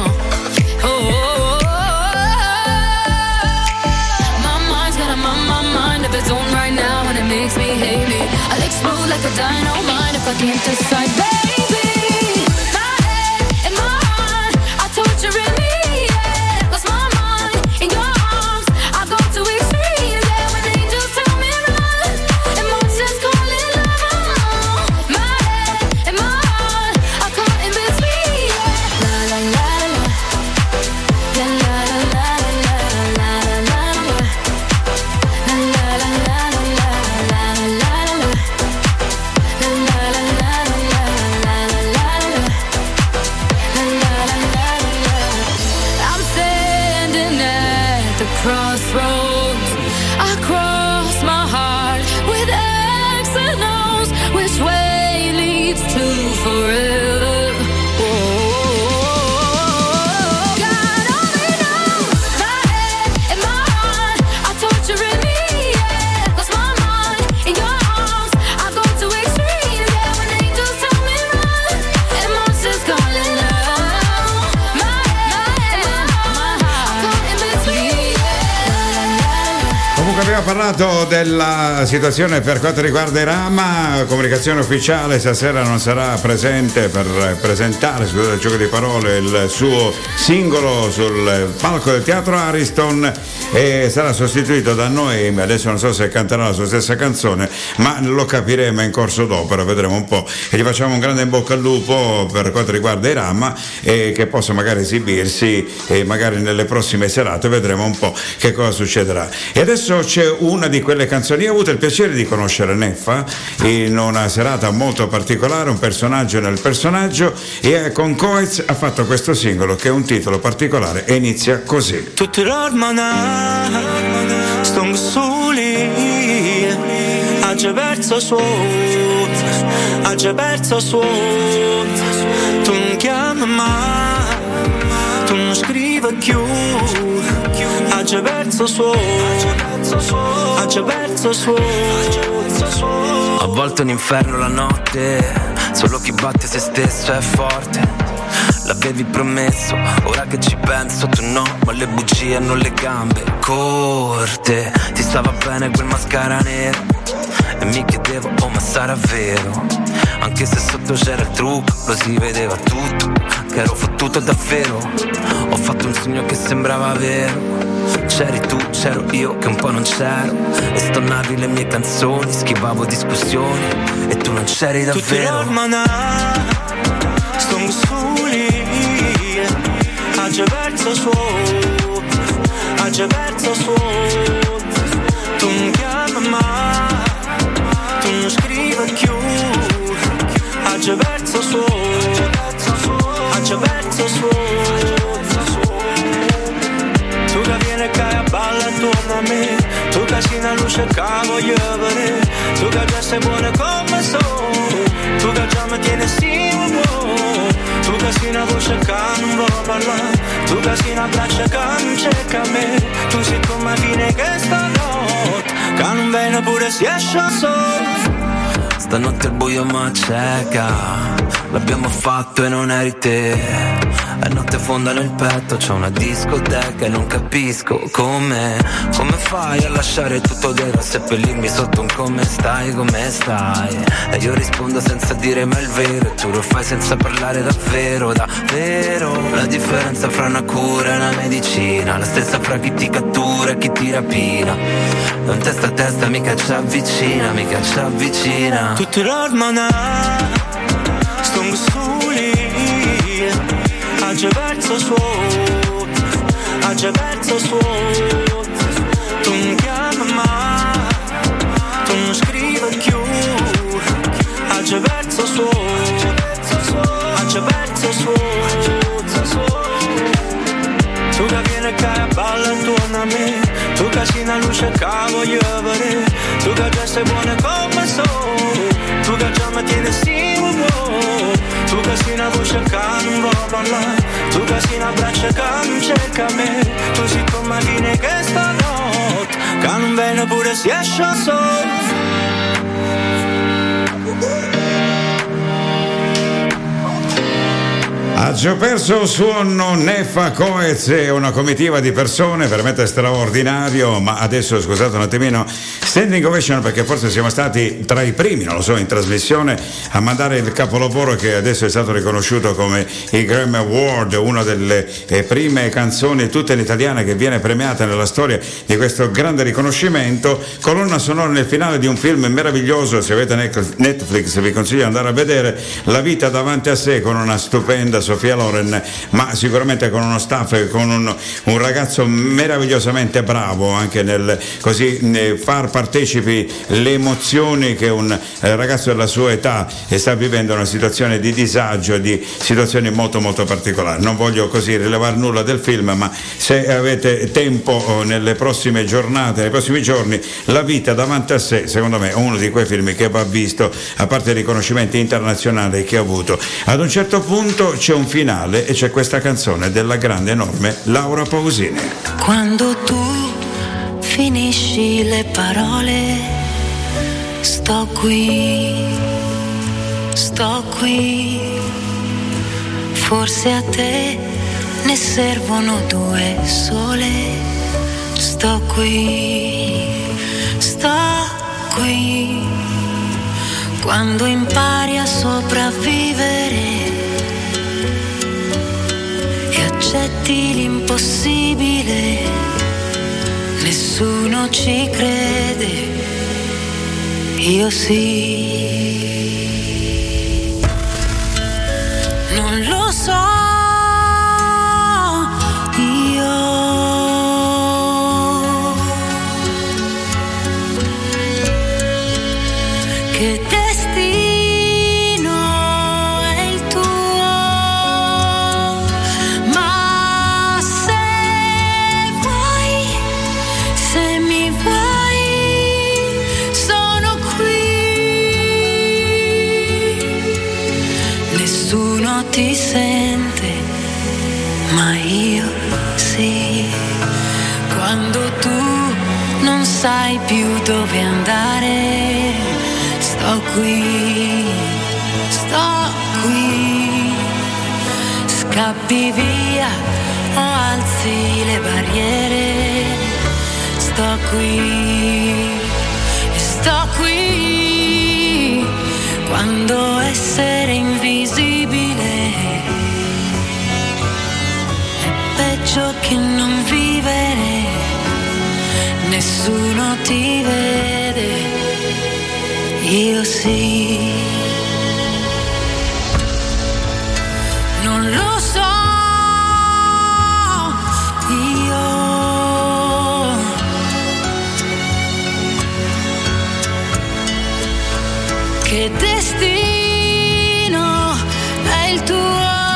Oh, my mind's got a my, my mind of its own right now, and it makes me hate me. I'll explode like a dynamite if I can't decide, baby. My head and my heart are torturing me, yeah. Lost my mind in your arms, I go to extremes, yeah. When angels tell me run and monsters call it love. My head and my heart are caught in between, yeah. La la la la, la la la la la la la la la, la la la la la la la la. I'm standing at the crossroads. I cross my heart with X and O's. Which way leads to forever? Oh, God only knows. My head and my heart are torturing me, yeah. Lost my mind in your arms, I go to extremes, yeah. When angels tell me run and monsters call it love. My head and my heart are caught in between, yeah. Comunque abbiamo parlato della situazione per quanto riguarda Irama, comunicazione ufficiale, stasera non sarà presente per presentare, scusate il gioco di parole, il suo singolo sul palco del Teatro Ariston, e sarà sostituito da Noemi. Adesso non so se canterà la sua stessa canzone, ma lo capiremo in corso d'opera, vedremo un po', e gli facciamo un grande in bocca al lupo per quanto riguarda Irama, e che possa magari esibirsi e magari nelle prossime serate vedremo un po' che cosa succederà. E adesso c'è una di quelle canzoni. Io ho avuto il piacere di conoscere Neffa in una serata molto particolare, un personaggio nel personaggio, e con Coez ha fatto questo singolo che è un titolo particolare e inizia così. Tutti l'ormana stanno soli, ha già perso suono, ha già perso suono, tu non chiami mai, tu non scrivi più, ha già perso suono, ha già perso suono. A volte un inferno la notte, solo chi batte se stesso è forte. L'avevi promesso, ora che ci penso tu no, ma le bugie hanno le gambe corte. Ti stava bene quel mascara nero e mi chiedevo, oh ma sarà vero? Anche se sotto c'era il trucco, lo si vedeva tutto, che ero fottuto davvero. Ho fatto un sogno che sembrava vero. C'eri tu, c'ero io che un po' non c'ero, e stonavi le mie canzoni, schivavo discussioni e tu non c'eri davvero. Tutti l'ormana stanno soli, ha già perso suono, ha già perso suono, tu non chiami mai, tu non scrivi più, ha già perso suono, ha già perso suono. Tu che vieni e cai a balla intorno a me, tu che sei una luce che voglio vedere, tu che già sei buona come sono, tu che già mi tieni simile, tu che sei una voce che non vuole parlare, tu che sei una braccia che non cerca me, tu sei come fine che stanotte, che non viene pure si esce solo. Stanotte il buio ma cieca, l'abbiamo fatto e non eri te. È notte fonda nel petto, c'è una discoteca e non capisco come, come fai a lasciare tutto dietro, a seppellirmi sotto un come stai, come stai. E io rispondo senza dire mai il vero, e tu lo fai senza parlare davvero, davvero. La differenza fra una cura e una medicina, la stessa fra chi ti cattura e chi ti rapina. Non testa a testa mica ci avvicina, mica ci avvicina. Tutti l'ormana stanno soli, ha già perso suono, ha già perso suono, tu non chiami mai, tu non scrivi più, ha già perso suono, ha già perso suono. Tu che vieni e cai a balla intorno a me, tu che sei una luce che voglio vedere, tu che già sei buona come sono, tu che già mi tieni simile, tu che sei una voce che non vuole parlare, tu che sei una braccia che non cerca me, tu sei come fine che stanotte, che non viene pure si esce solo. Ha già perso il suono Neffa Coez e una comitiva di persone veramente straordinario, ma adesso scusate un attimino, standing ovation, perché forse siamo stati tra i primi, non lo so, in trasmissione a mandare il capolavoro che adesso è stato riconosciuto come il Grammy Award, una delle eh, prime canzoni tutte in italiana che viene premiata nella storia di questo grande riconoscimento, colonna sonora nel finale di un film meraviglioso. Se avete Netflix vi consiglio di andare a vedere La vita davanti a sé, con una stupenda Sofia Loren, ma sicuramente con uno staff, con un, un ragazzo meravigliosamente bravo anche nel così eh, far partecipi le emozioni che un eh, ragazzo della sua età eh, sta vivendo una situazione di disagio, di situazioni molto molto particolari. Non voglio così rilevare nulla del film, ma se avete tempo oh, nelle prossime giornate, nei prossimi giorni, La vita davanti a sé secondo me è uno di quei film che va visto, a parte i riconoscimenti internazionali che ha avuto. Ad un certo punto c'è un finale e c'è questa canzone della grande enorme Laura Pausini. Quando tu finisci le parole, sto qui, sto qui, forse a te ne servono due sole, sto qui, sto qui, quando impari a sopravvivere e accetti l'impossibile, nessuno ci crede, io sì. Non lo so, io quando tu non sai più dove andare, sto qui, sto qui, scappi via o alzi le barriere, sto qui, sto qui, quando essere invisibile è peggio che non vivere, nessuno ti vede, io sì, non lo so, io che destino è il tuo.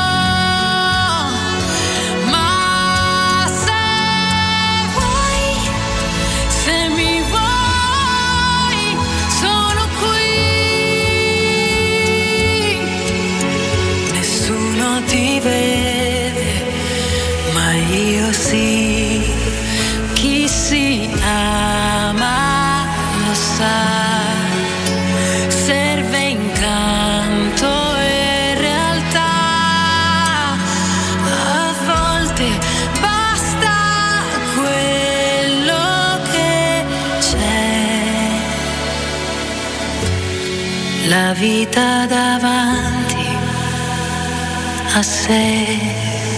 Sì, chi si ama lo sa, serve incanto e realtà, a volte basta quello che c'è, la vita davanti a sé.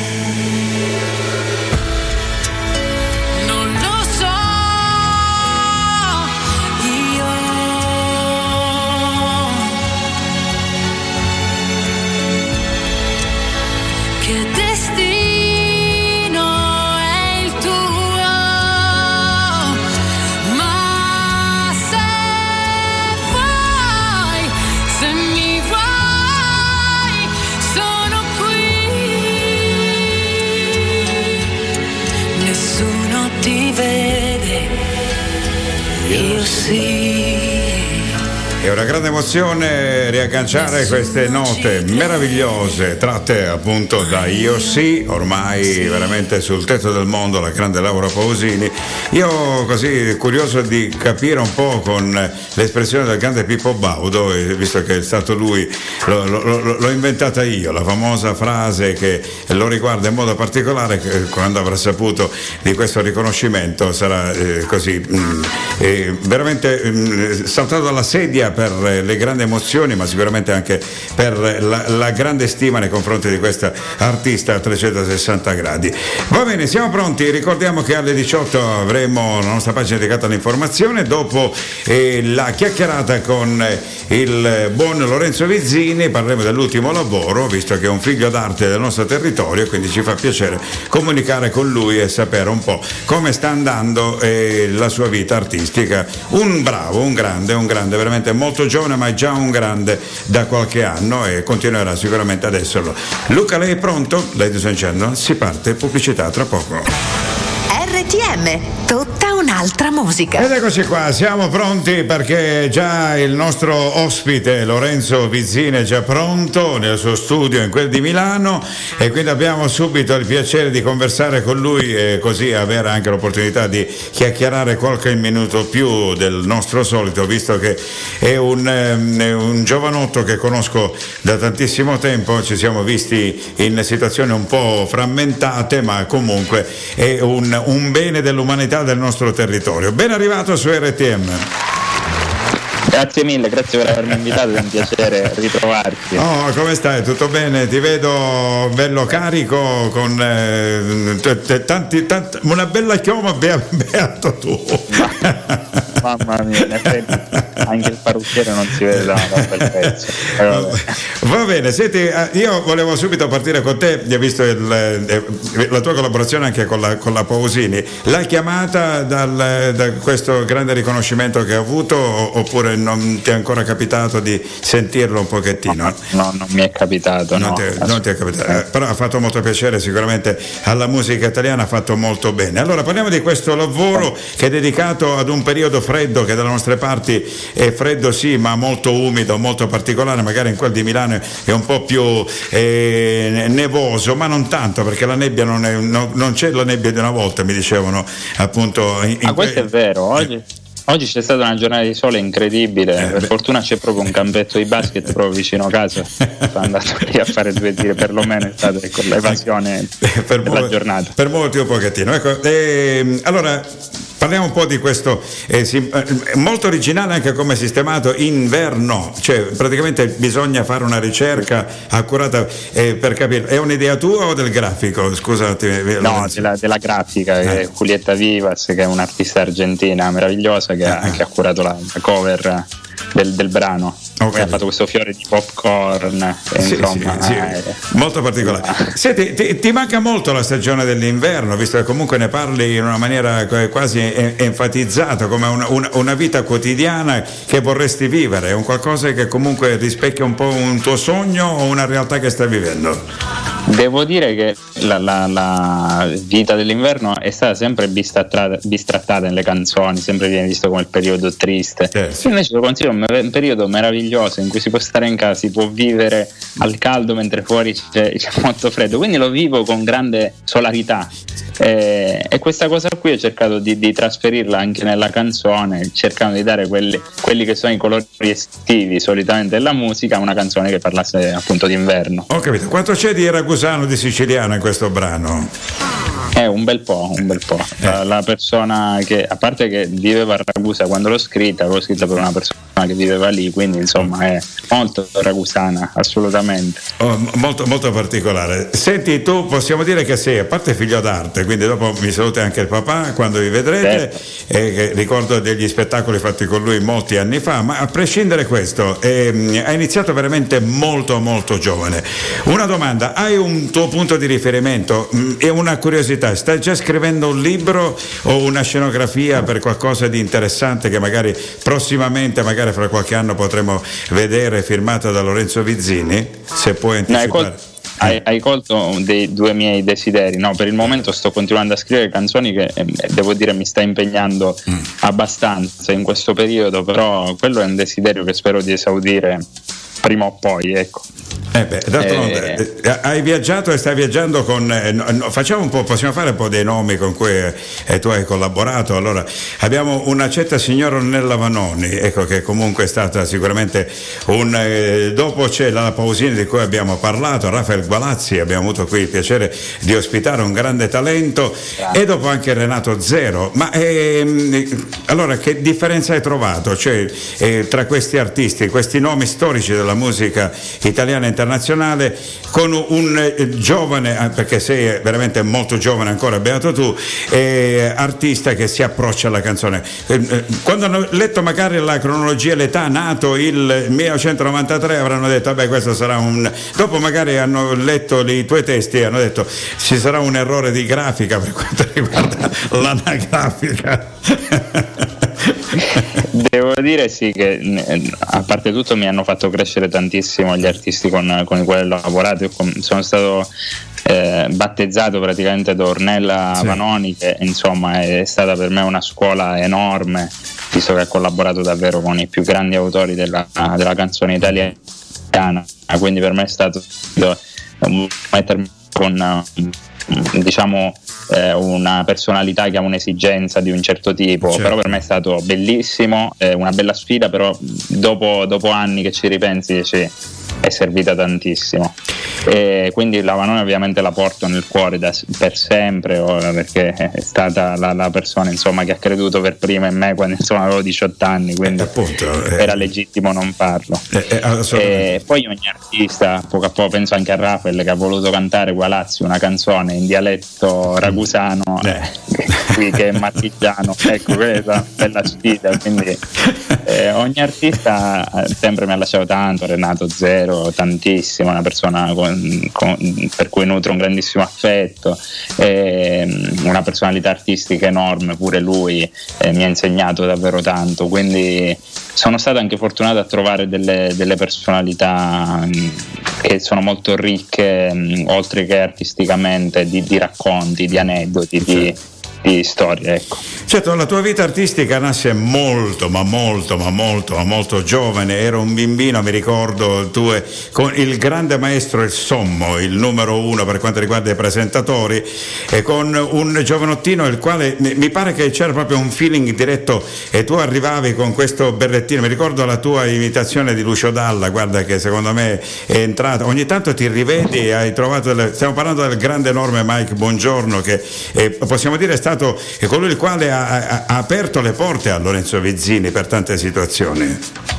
È una grande emozione riagganciare queste note meravigliose tratte appunto da Io Sì, ormai veramente sul tetto del mondo, la grande Laura Pausini. Io così curioso di capire un po' con l'espressione del grande Pippo Baudo, visto che è stato lui, lo, lo, l'ho inventata io, la famosa frase che lo riguarda in modo particolare, che quando avrà saputo di questo riconoscimento sarà eh, così mh, eh, veramente mh, saltato dalla sedia per le grandi emozioni, ma sicuramente anche per la, la grande stima nei confronti di questa artista a trecentosessanta gradi. Va bene, siamo pronti, ricordiamo che alle diciotto avremo la nostra pagina dedicata all'informazione, dopo eh, la chiacchierata con eh, il buon Lorenzo Vizzini, parleremo dell'ultimo lavoro, visto che è un figlio d'arte del nostro territorio, quindi ci fa piacere comunicare con lui e sapere un po' come sta andando eh, la sua vita artistica. Un bravo, un grande, un grande, veramente molto giovane, ma è già un grande da qualche anno e continuerà sicuramente ad esserlo. Luca, lei è pronto? Ladies and gentlemen, si parte, pubblicità tra poco. R T M, tutta un'altra musica. Ed eccoci qua, siamo pronti perché già il nostro ospite Lorenzo Vizzini è già pronto nel suo studio in quel di Milano e quindi abbiamo subito il piacere di conversare con lui e così avere anche l'opportunità di chiacchierare qualche minuto più del nostro solito, visto che è un, è un giovanotto che conosco da tantissimo tempo, ci siamo visti in situazioni un po' frammentate, ma comunque è un, un bene dell'umanità del nostro territorio. Ben arrivato su R T M. Grazie mille, grazie per avermi invitato, è un piacere ritrovarti. Oh, come stai? Tutto bene? Ti vedo bello carico con eh, t- t- tanti, tanti, una bella chioma, be- beato tu. Mamma mia, in effetti anche il parrucchiere non si vede da un bel pezzo. Però va bene, senti, io volevo subito partire con te, visto il, la tua collaborazione anche con la, con la Pausini, l'hai chiamata dal, da questo grande riconoscimento che ha avuto oppure non ti è ancora capitato di sentirlo un pochettino? No, no non mi è capitato. Non, no, ti, non ti è capitato, eh, però ha fatto molto piacere, sicuramente alla musica italiana ha fatto molto bene. Allora parliamo di questo lavoro che è dedicato ad un periodo freddo, che dalle nostre parti è freddo sì, ma molto umido, molto particolare, magari in quel di Milano è un po' più eh, nevoso, ma non tanto, perché la nebbia non, è, no, non c'è la nebbia di una volta, mi dicevano appunto in, in ma questo que- è vero, oggi eh. Oggi c'è stata una giornata di sole incredibile, eh, per beh. fortuna c'è proprio un campetto di basket proprio vicino a casa, sono andato lì a fare due tiri, perlomeno è stata ecco, l'evasione per della muo- giornata. Per muoverti un pochettino, ecco, ehm, allora parliamo un po' di questo, eh, si, eh, molto originale anche come sistemato, inverno, cioè praticamente bisogna fare una ricerca accurata eh, per capire, è un'idea tua o del grafico? Scusate. No, della, della grafica, eh. che Julieta Vivas, che è un'artista argentina meravigliosa, che ha anche ha curato la, la cover del, del brano. Okay. Ha fatto questo fiore di popcorn e sì, insomma sì, sì. Eh, molto particolare. Senti, ti, ti manca molto la stagione dell'inverno, visto che comunque ne parli in una maniera quasi enfatizzata, come una, una, una vita quotidiana che vorresti vivere, è un qualcosa che comunque rispecchia un po' un tuo sogno o una realtà che stai vivendo? Devo dire che la, la, la vita dell'inverno è stata sempre bistrattata, bistrattata nelle canzoni, sempre viene visto come il periodo triste. Yes. Io invece lo considero un periodo meraviglioso in cui si può stare in casa, si può vivere al caldo mentre fuori c'è, c'è molto freddo, quindi lo vivo con grande solarità. E, e questa cosa qui ho cercato di, di trasferirla anche nella canzone, cercando di dare quelli, quelli che sono i colori estivi solitamente della musica a una canzone che parlasse appunto d'inverno. Ho capito. Quanto c'è di ragusano, di siciliano in questo brano? È un bel po', un bel po'. La, la persona che, a parte che viveva a Ragusa quando l'ho scritta, l'ho scritta per una persona che viveva lì, quindi insomma è molto ragusana, assolutamente. Oh, molto, molto particolare. Senti, tu possiamo dire che sei, a parte figlio d'arte, quindi dopo mi saluti anche il papà quando vi vedrete, certo. eh, che ricordo degli spettacoli fatti con lui molti anni fa, ma a prescindere da questo, eh, hai iniziato veramente molto molto giovane. Una domanda, hai un tuo punto di riferimento mh, e una curiosità? Stai già scrivendo un libro o una scenografia per qualcosa di interessante che magari prossimamente, magari fra qualche anno potremo vedere, firmata da Lorenzo Vizzini? Se puoi anticipare. No, hai, col- hai, hai colto dei due miei desideri. No, per il momento sto continuando a scrivere canzoni che eh, devo dire mi sta impegnando mm. abbastanza in questo periodo, però quello è un desiderio che spero di esaudire prima o poi, ecco. Eh beh, d'altronde, eh, hai viaggiato e stai viaggiando con eh, no, facciamo un po', possiamo fare un po' dei nomi con cui eh, tu hai collaborato. Allora abbiamo una certa signora Ornella Vanoni, ecco, che comunque è stata sicuramente un eh, dopo c'è la Pausini di cui abbiamo parlato, Rafael Gualazzi, abbiamo avuto qui il piacere di ospitare un grande talento, grazie. E dopo anche Renato Zero. Ma ehm, allora che differenza hai trovato, cioè, eh, tra questi artisti, questi nomi storici della musica italiana internazionale, con un eh, giovane, perché sei veramente molto giovane ancora, beato tu, eh, artista che si approccia alla canzone? Eh, quando hanno letto magari la cronologia, l'età, nato il millenovecentonovantatré, avranno detto vabbè, questo sarà un... Dopo magari hanno letto i tuoi testi e hanno detto ci sarà un errore di grafica per quanto riguarda l'anagrafica. Devo dire sì che a parte tutto mi hanno fatto crescere tantissimo gli artisti con, con i quali ho lavorato. Sono stato eh, battezzato praticamente da Ornella sì. Vanoni, che insomma è stata per me una scuola enorme, visto che ha collaborato davvero con i più grandi autori della, della canzone italiana, quindi per me è stato mettermi con diciamo eh, una personalità che ha un'esigenza di un certo tipo, certo. Però per me è stato bellissimo, eh, una bella sfida, però dopo, dopo anni che ci ripensi ci è servita tantissimo, e quindi la Vanoni ovviamente la porto nel cuore da, per sempre, ora, perché è stata la, la persona insomma che ha creduto per prima in me quando insomma avevo diciotto anni, quindi eh, appunto, eh, era legittimo non farlo. Eh, eh, e poi ogni artista, poco a poco, penso anche a Rafael che ha voluto cantare Gualazzi una canzone in dialetto ragusano, eh. eh, qui che è marchigiano, ecco, questa è una bella sfida, quindi eh, ogni artista sempre mi ha lasciato tanto. Renato Zero tantissimo, una persona con, con, per cui nutro un grandissimo affetto, eh, una personalità artistica enorme pure lui, eh, mi ha insegnato davvero tanto, quindi sono stato anche fortunato a trovare delle, delle personalità mh, che sono molto ricche, mh, oltre che artisticamente, di, di racconti, di aneddoti, di, di storia, ecco. Certo, la tua vita artistica nasce molto, ma molto, ma molto, ma molto giovane. Ero un bimbino, mi ricordo, tu e, con il grande maestro Il Sommo, il numero uno per quanto riguarda i presentatori, e con un giovanottino il quale mi pare che c'era proprio un feeling diretto, e tu arrivavi con questo berrettino. Mi ricordo la tua imitazione di Lucio Dalla, guarda che secondo me è entrata. Ogni tanto ti rivedi e hai trovato delle... Stiamo parlando del grande enorme Mike Bongiorno, che eh, possiamo dire è stato colui il quale ha Ha, ha aperto le porte a Lorenzo Vizzini per tante situazioni.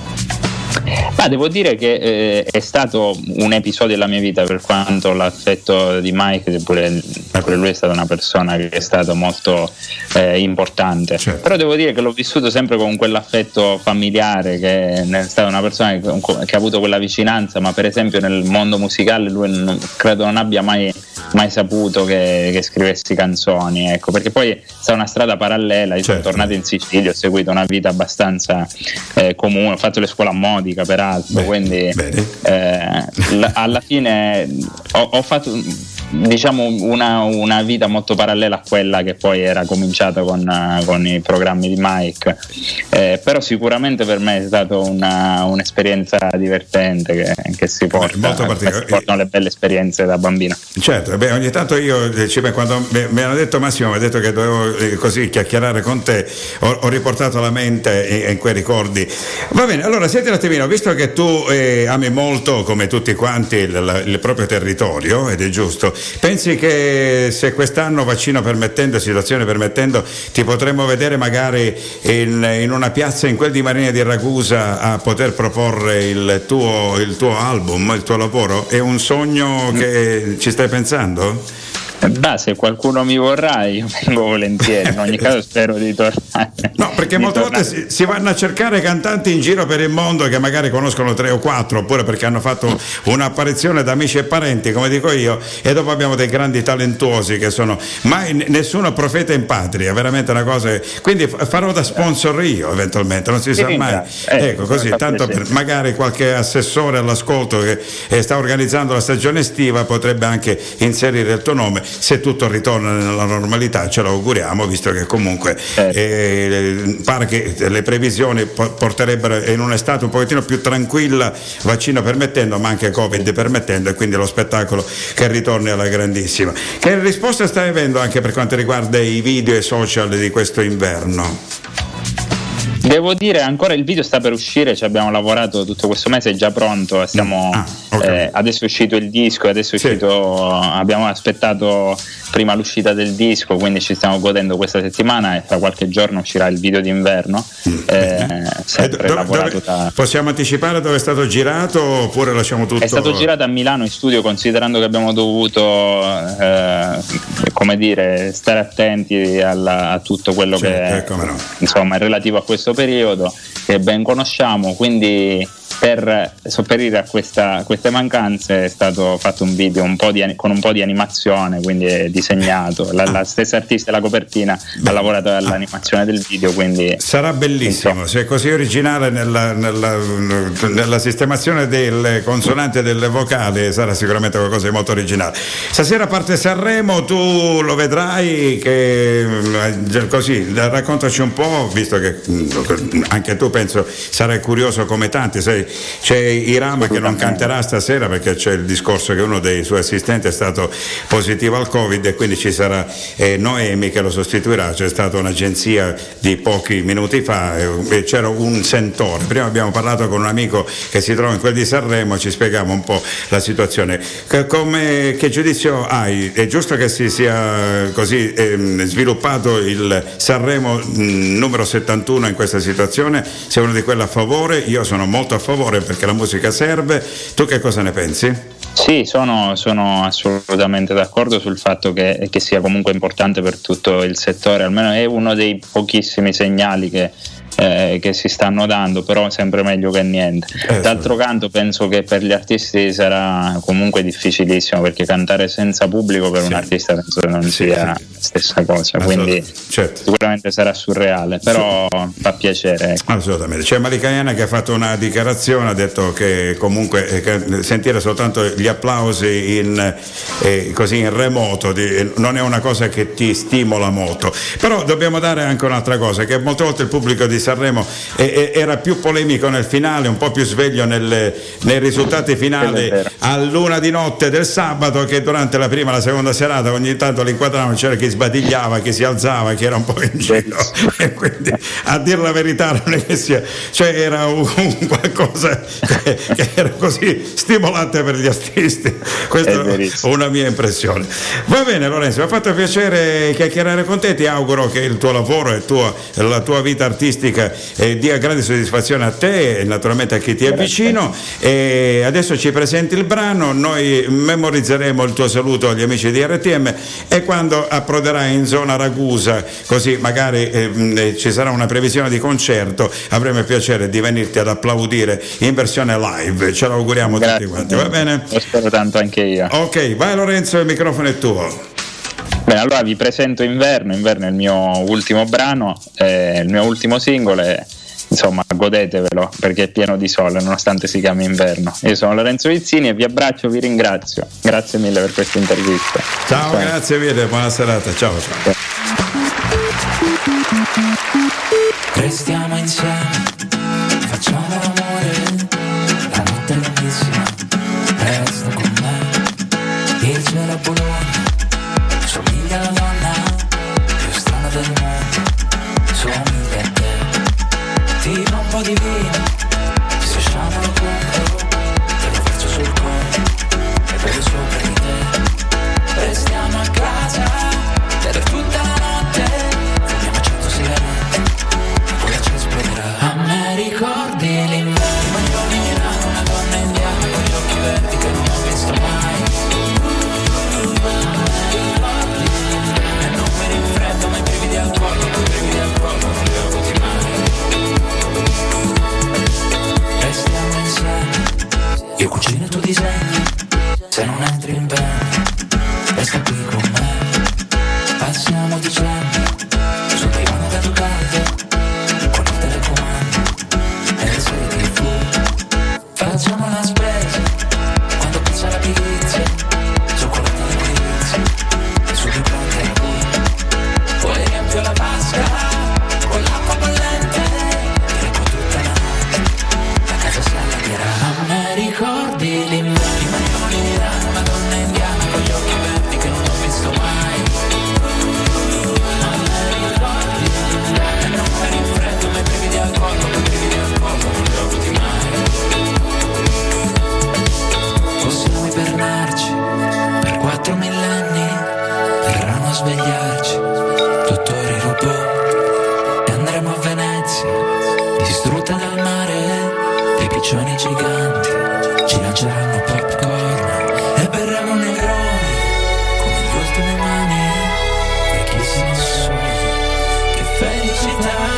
Ma devo dire che eh, è stato un episodio della mia vita, per quanto l'affetto di Mike, che pure, pure lui è stata una persona che è stata molto eh, importante, certo. Però devo dire che l'ho vissuto sempre con quell'affetto familiare, che è stata una persona che, che ha avuto quella vicinanza, ma per esempio nel mondo musicale lui non, credo non abbia mai, mai saputo che, che scrivessi canzoni, ecco, perché poi è stata una strada parallela. Io certo. sono tornato in Sicilia, ho seguito una vita abbastanza eh, comune, ho fatto le scuole a Modica peraltro, beh, quindi eh, l- alla fine ho, ho fatto diciamo una, una vita molto parallela a quella che poi era cominciata con, uh, con i programmi di Mike, eh, però sicuramente per me è stata una, un'esperienza divertente che, che si porta, molto che si portano le belle esperienze da bambino. Certo, beh, ogni tanto io quando mi hanno detto Massimo, mi ha detto che dovevo eh, così chiacchierare con te, ho, ho riportato alla mente in, in quei ricordi. Va bene, allora senti un attimino, visto che tu eh, ami molto come tutti quanti il, il proprio territorio, ed è giusto, pensi che se quest'anno, vaccino permettendo, situazione permettendo, ti potremmo vedere magari in, in una piazza in quel di Marina di Ragusa a poter proporre il tuo, il tuo album, il tuo lavoro? È un sogno che ci stai pensando? Beh, se qualcuno mi vorrà io vengo volentieri, in ogni caso spero di tornare. No, perché molte tornare. volte si, si vanno a cercare cantanti in giro per il mondo che magari conoscono tre o quattro, oppure perché hanno fatto un'apparizione da amici e parenti, come dico io, e dopo abbiamo dei grandi talentuosi che sono mai nessuno profeta in patria, veramente una cosa. Quindi farò da sponsor io eventualmente, non si sa mai. Eh, ecco, così, tanto per magari qualche assessore all'ascolto che eh, sta organizzando la stagione estiva potrebbe anche inserire il tuo nome. Se tutto ritorna nella normalità, ce lo auguriamo, visto che comunque eh, pare che le previsioni porterebbero in un'estate un pochettino più tranquilla, vaccino permettendo, ma anche Covid permettendo, e quindi lo spettacolo che ritorni alla grandissima. Che risposta stai avendo anche per quanto riguarda i video e social di questo inverno? Devo dire, ancora il video sta per uscire, ci abbiamo lavorato tutto questo mese, è già pronto, stiamo, ah, okay. eh, adesso è uscito il disco, adesso è sì. uscito, abbiamo aspettato prima l'uscita del disco, quindi ci stiamo godendo questa settimana, e fra qualche giorno uscirà il video d'inverno. Mm. Eh, sempre do, lavorato dove, da... Possiamo anticipare dove è stato girato oppure lasciamo tutto? È stato girato a Milano in studio, considerando che abbiamo dovuto eh, come dire, stare attenti alla, a tutto quello sì, che eh, no. insomma è relativo a questo periodo che ben conosciamo, quindi per sopperire a questa, queste mancanze è stato fatto un video un po' di, con un po' di animazione, quindi è disegnato, la, la stessa artista della copertina Beh. ha lavorato all'animazione del video, quindi sarà bellissimo, insomma. Se è così originale nella, nella, nella sistemazione delle consonanti e delle vocali sarà sicuramente qualcosa di molto originale. Stasera parte Sanremo, tu lo vedrai, che così raccontaci un po', visto che anche tu penso sarai curioso come tanti, sai. C'è Irama che non canterà stasera perché c'è il discorso che uno dei suoi assistenti è stato positivo al Covid, e quindi ci sarà eh, Noemi che lo sostituirà. C'è stata un'agenzia di pochi minuti fa e c'era un sentore. Prima abbiamo parlato con un amico che si trova in quel di Sanremo, ci spiegava un po' la situazione. Che, come, che giudizio hai? È giusto che si sia così eh, sviluppato il Sanremo mh, numero settantuno in questa situazione? Sei uno di quelli a favore? Io sono molto a favore perché la musica serve. Tu che cosa ne pensi? Sì, sono, sono assolutamente d'accordo sul fatto che, che sia comunque importante per tutto il settore, almeno è uno dei pochissimi segnali che Eh, che si stanno dando, però sempre meglio che niente. Eh, D'altro sì. canto penso che per gli artisti sarà comunque difficilissimo, perché cantare senza pubblico per sì. un artista penso che non sì, sia, sì. stessa cosa, quindi certo. sicuramente sarà surreale, però fa piacere. Ecco. Assolutamente. C'è Malicaiana che ha fatto una dichiarazione, ha detto che comunque eh, che sentire soltanto gli applausi in, eh, così in remoto di, non è una cosa che ti stimola molto, però dobbiamo dare anche un'altra cosa, che molte volte il pubblico di Sanremo eh, eh, era più polemico nel finale, un po' più sveglio nel, nei risultati finali all'una di notte del sabato, che durante la prima e la seconda serata ogni tanto l'inquadravano, c'era chi sbadigliava, chi si alzava, chi era un po' in giro e quindi a dire la verità non è che sia, cioè era un, un qualcosa che, che era così stimolante per gli artisti. Questa è una mia impressione. Va bene Lorenzo, mi ha fatto piacere chiacchierare con te, ti auguro che il tuo lavoro e tua, la tua vita artistica eh, dia grande soddisfazione a te e naturalmente a chi ti è vicino. E adesso ci presenti il brano, noi memorizzeremo il tuo saluto agli amici di R T M e quando approderai in zona Ragusa, così magari eh, ci sarà una previsione di concerto, avremo il piacere di venirti ad applaudire in versione live, ce l'auguriamo. Grazie. Tutti quanti, va bene? Lo spero tanto anche io. Ok, vai Lorenzo, il microfono è tuo. Bene, allora vi presento Inverno. Inverno è il mio ultimo brano, è il mio ultimo singolo e insomma godetevelo perché è pieno di sole nonostante si chiami Inverno. Io sono Lorenzo Vizzini e vi abbraccio, vi ringrazio, grazie mille per questa intervista. Ciao, ciao. Grazie mille, buona serata, ciao ciao. Restiamo insieme, facciamo l'amore, la notte è lunghissima, resta con me, il cielo a Bologna, somiglia alla donna più strana del mondo, somiglia a te, ti fa un po' di vino, se sciamo lo compro, te lo faccio sul collo, e bevo sopra di te, restiamo a casa, per tutta la notte, fumiamo cento sigarette, poi la ci esploderà. A me ricordi l'inverno, maglione nero, una donna indiana con gli occhi verdi che non ho visto mai. A me ricordi l'inverno e non mi rinfreddo, ma i brividi al cuore, i brividi al cuore, non li ho avuti mai. Restiamo insieme, io cucino e tu disegni, se non entri in bene, resta qui con me, passiamo dicembre, sul divano dato caldo, con il telecomando e le serie tv, facciamo la spesa, quando pizza la pizza, cioccolata di quiz, su di pronti a cui, poi riempio la vasca, con l'acqua bollente, e dopo tutta la notte, la casa si allargherà. A me ricordi l'inverno, i maglioni di rana, una donna indiana con gli occhi verdi che non ho visto mai. A me ricordi l'inverno e non mi rinfreddo, ma i brividi al collo, i brividi al collo, non li ho avuti mai. Possiamo ibernarci per quattro millenni, verranno a svegliarci dottori robot e andremo a Venezia, distrutta dal mare, dei piccioni giganti ci lanceranno popcorn e berremo negroni come gli ultimi umani, vecchissimi soli, che felicità.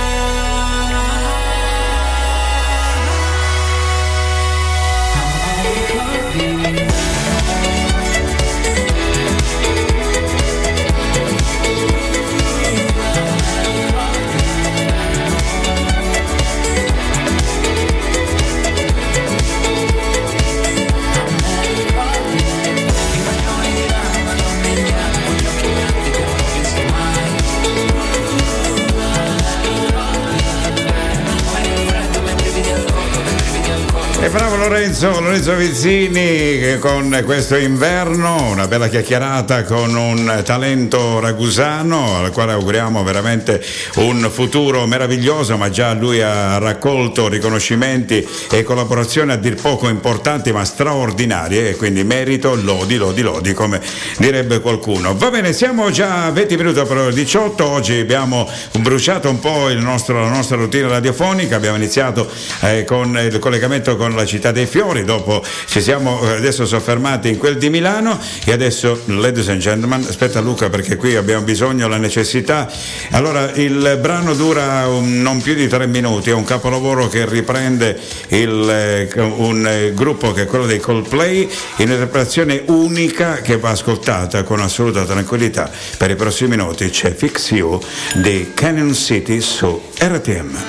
E bravo Lorenzo, Lorenzo Vizzini con questo Inverno, una bella chiacchierata con un talento ragusano al quale auguriamo veramente un futuro meraviglioso, ma già lui ha raccolto riconoscimenti e collaborazioni a dir poco importanti ma straordinarie e quindi merito, lodi, lodi, lodi come direbbe qualcuno. Va bene, siamo già a venti minuti per le diciotto, oggi abbiamo bruciato un po' il nostro, la nostra routine radiofonica, abbiamo iniziato eh, con il collegamento con la città città dei fiori, dopo ci siamo adesso soffermati in quel di Milano e adesso, ladies and gentlemen, aspetta Luca perché qui abbiamo bisogno, la necessità. Allora, il brano dura un, non più di tre minuti, è un capolavoro che riprende il, un gruppo che è quello dei Coldplay in un'interpretazione unica che va ascoltata con assoluta tranquillità. Per i prossimi minuti c'è Fix You di Canyon City su R T M.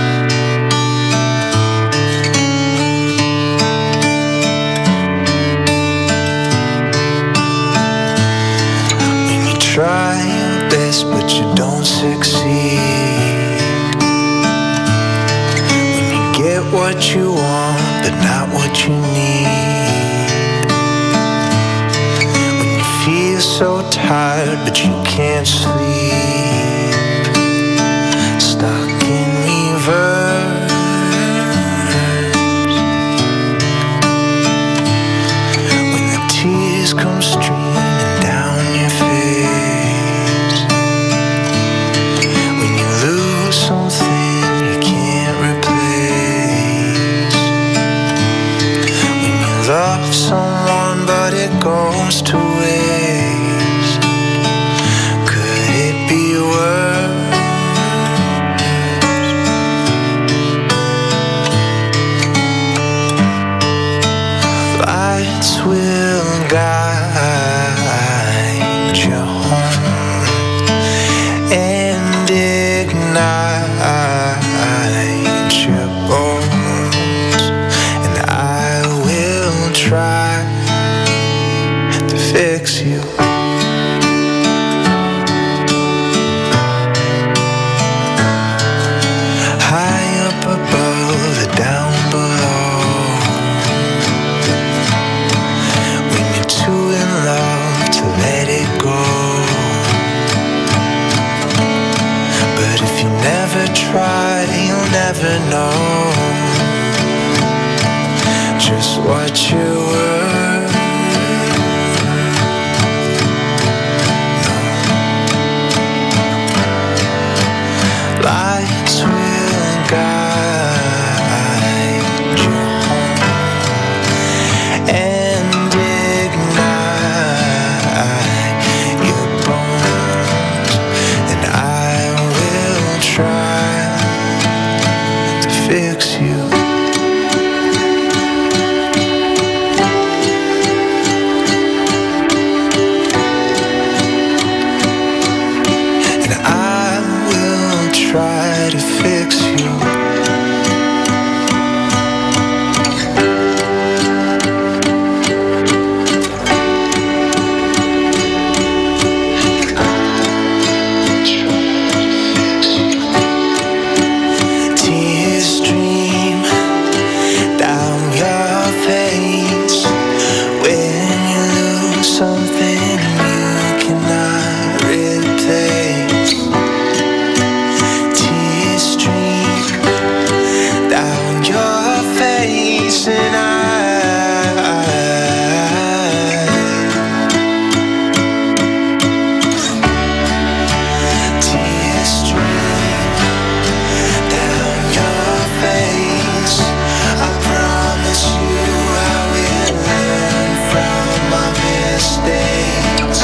Try your best but you don't succeed. When you get what you want but not what you need. When you feel so tired but you can't sleep. Stuck in reverse. When the tears come streaming down your face. When you lose something you can't replace. When you love someone but it goes to waste. Could it be worse? Lights will guide you home and ignite your bones, and I will try to fix you. High up above and down below. When you're too in love to let it go. But if you never try, you'll never know just what you were. Lights will guide you home and ignite your bones, and I will try to fix you. And I will try to fix you. Tears stream down your face when you lose something you cannot replace. Tears stream down your face, and I tears stream down your face. I promise you I will learn from my mistakes.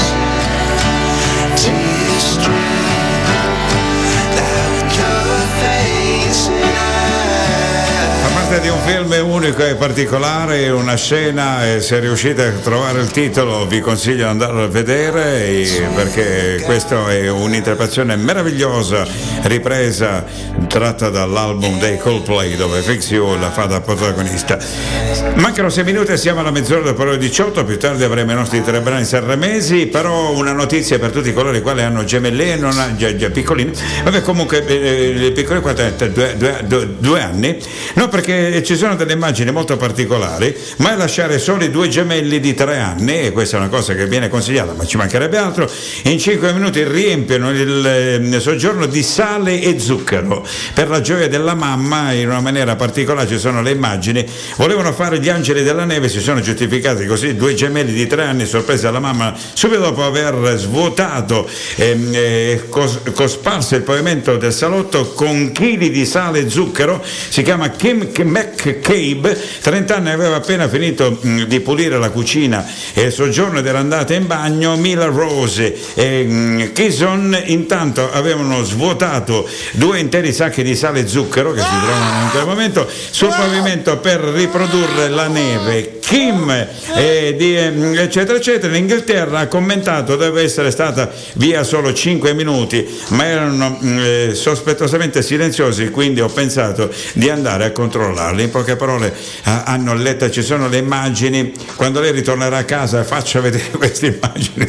Tears stream down your face, and Fa parte di un film unico e particolare, una scena, e se riuscite a trovare il titolo vi consiglio di andarlo a vedere, e perché questa è un'interpretazione meravigliosa ripresa tratta dall'album dei Coldplay dove Fix You la fa da protagonista. Mancano sei minuti e siamo alla mezz'ora dopo le ore diciotto, più tardi avremo i nostri tre brani sanremesi, però una notizia per tutti coloro i quali hanno gemelli, non ha, già, già piccolini, vabbè comunque eh, le piccole quattro, due, due, due, due anni, no, perché ci sono delle immagini molto particolari, ma lasciare soli due gemelli di tre anni, e questa è una cosa che viene consigliata, ma ci mancherebbe altro, in cinque minuti riempiono il, il soggiorno di sale e zucchero per la gioia della mamma in una maniera particolare. Ci sono le immagini, volevano fare gli angeli della neve, si sono giustificati così, due gemelli di tre anni sorpresi alla mamma subito dopo aver svuotato e eh, cos- cosparso il pavimento del salotto con chili di sale e zucchero. Si chiama Kim, Kim McCabe, trenta anni, aveva appena finito mh, di pulire la cucina e il soggiorno ed era andata in bagno. Mila Rose e mh, Kison intanto avevano svuotato due interi sacchi di sale e zucchero che si trovano in quel momento sul pavimento per riprodurre la neve. Kim eh, di, eh, eccetera eccetera. In Inghilterra ha commentato deve essere stata via solo cinque minuti, ma erano eh, sospettosamente silenziosi, quindi ho pensato di andare a controllarli. In poche parole eh, hanno letto, ci sono le immagini, quando lei ritornerà a casa faccia vedere queste immagini.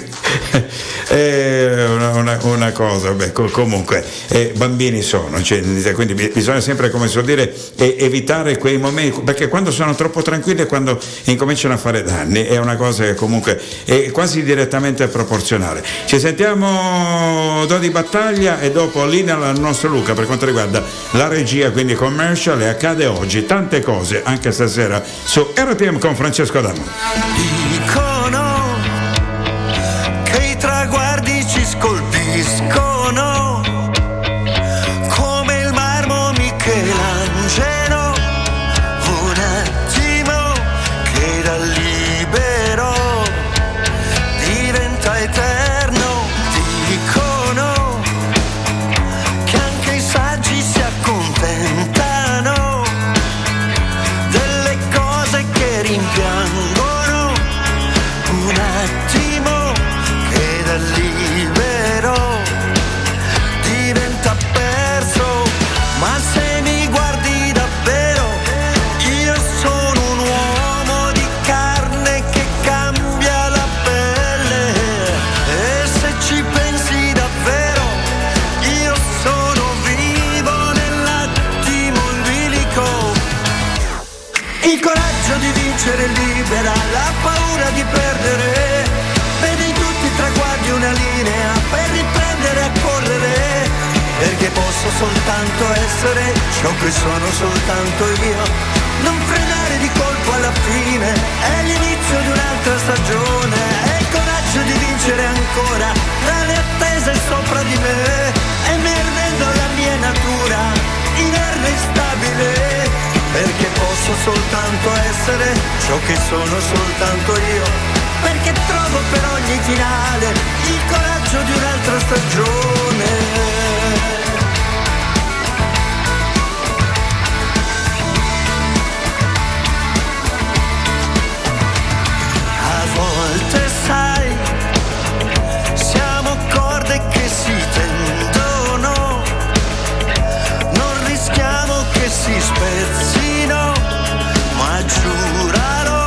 È una, una, una cosa, beh, comunque eh, bambini sono, cioè, quindi bisogna sempre, come so dire, eh, evitare quei momenti, perché quando sono troppo tranquilli è quando incominciano a fare danni, è una cosa che comunque è quasi direttamente proporzionale. Ci sentiamo Dodi Battaglia e dopo linea al nostro Luca per quanto riguarda la regia, quindi commercial, e accade oggi tante cose anche stasera su R T M con Francesco Adamo. Dicono che i traguardi ci scolpiscono come il marmo Michelangelo, un attimo che da libero diventa eterno. Dicono che anche i saggi si accontentano delle cose che rimpiangono, un attimo che da libero diventa perso. Ma se mi guardi davvero, io sono un uomo di carne che cambia la pelle, e se ci pensi davvero, io sono vivo nell'attimo in bilico. Il coraggio di vincere libera la paura di perdere, vedi in tutti i traguardi una linea per riprendere a correre, perché posso soltanto essere ciò che sono soltanto io, non frenare di colpo alla fine, è l'inizio di un'altra stagione, è il coraggio di vincere ancora tra le attese sopra di me, e mi arrendo alla mia natura inarrestabile, perché posso soltanto essere ciò che sono soltanto io, perché trovo per ogni finale il coraggio di un'altra stagione. A volte sai, siamo corde che si tendono, non rischiamo che si spezzino, ma giuralo,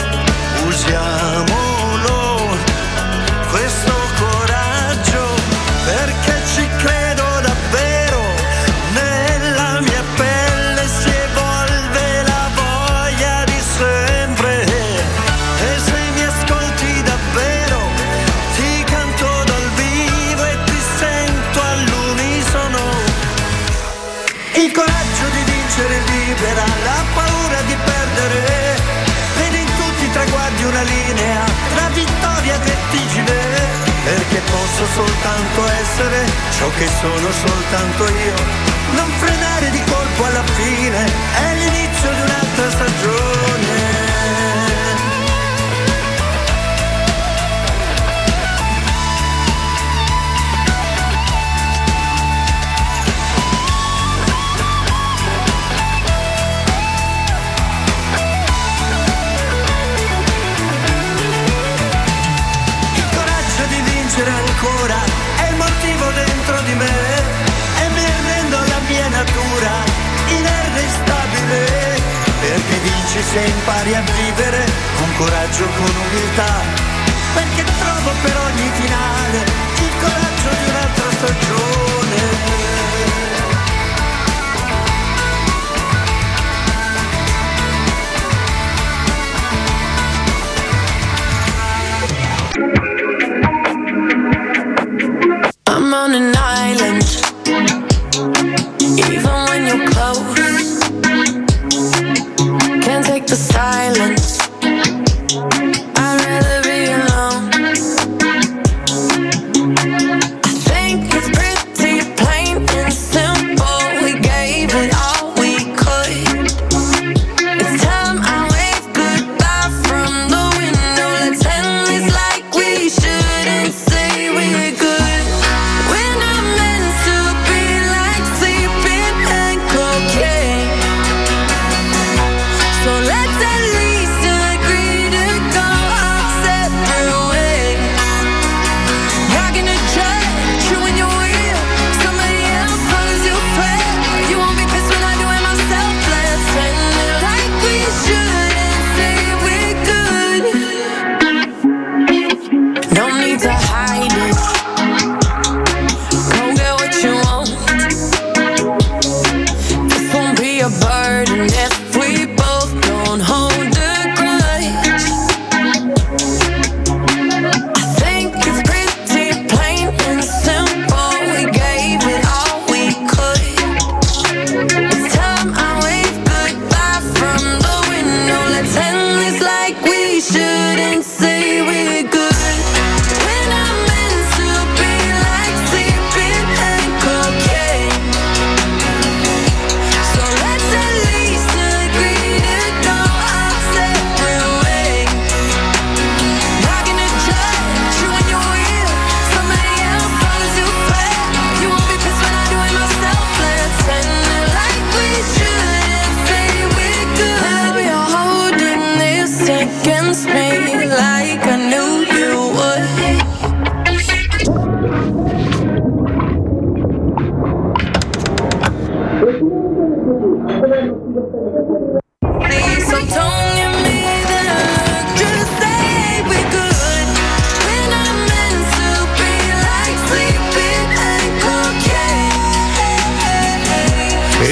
usiamolo, questo coraggio, perché ci credo davvero, nella mia pelle si evolve la voglia di sempre, e se mi ascolti davvero, ti canto dal vivo e ti sento all'unisono. Il coraggio di vincere libera la paura di perdere, vedi in tutti i traguardi una linea tra vittoria e vertigine, perché posso soltanto essere ciò che sono soltanto io, non frenare di colpo alla fine, è l'inizio di un'altra stagione. Ancora è il motivo dentro di me, e mi arrendo alla mia natura inarrestabile, perché vinci se impari a vivere con coraggio, con umiltà, perché trovo per ogni finale il coraggio di un'altra stagione. I'm on an island, even when you're close. Can't take the silence, I'd rather be alone. I think it's pretty plain and simple, we gave it all we could.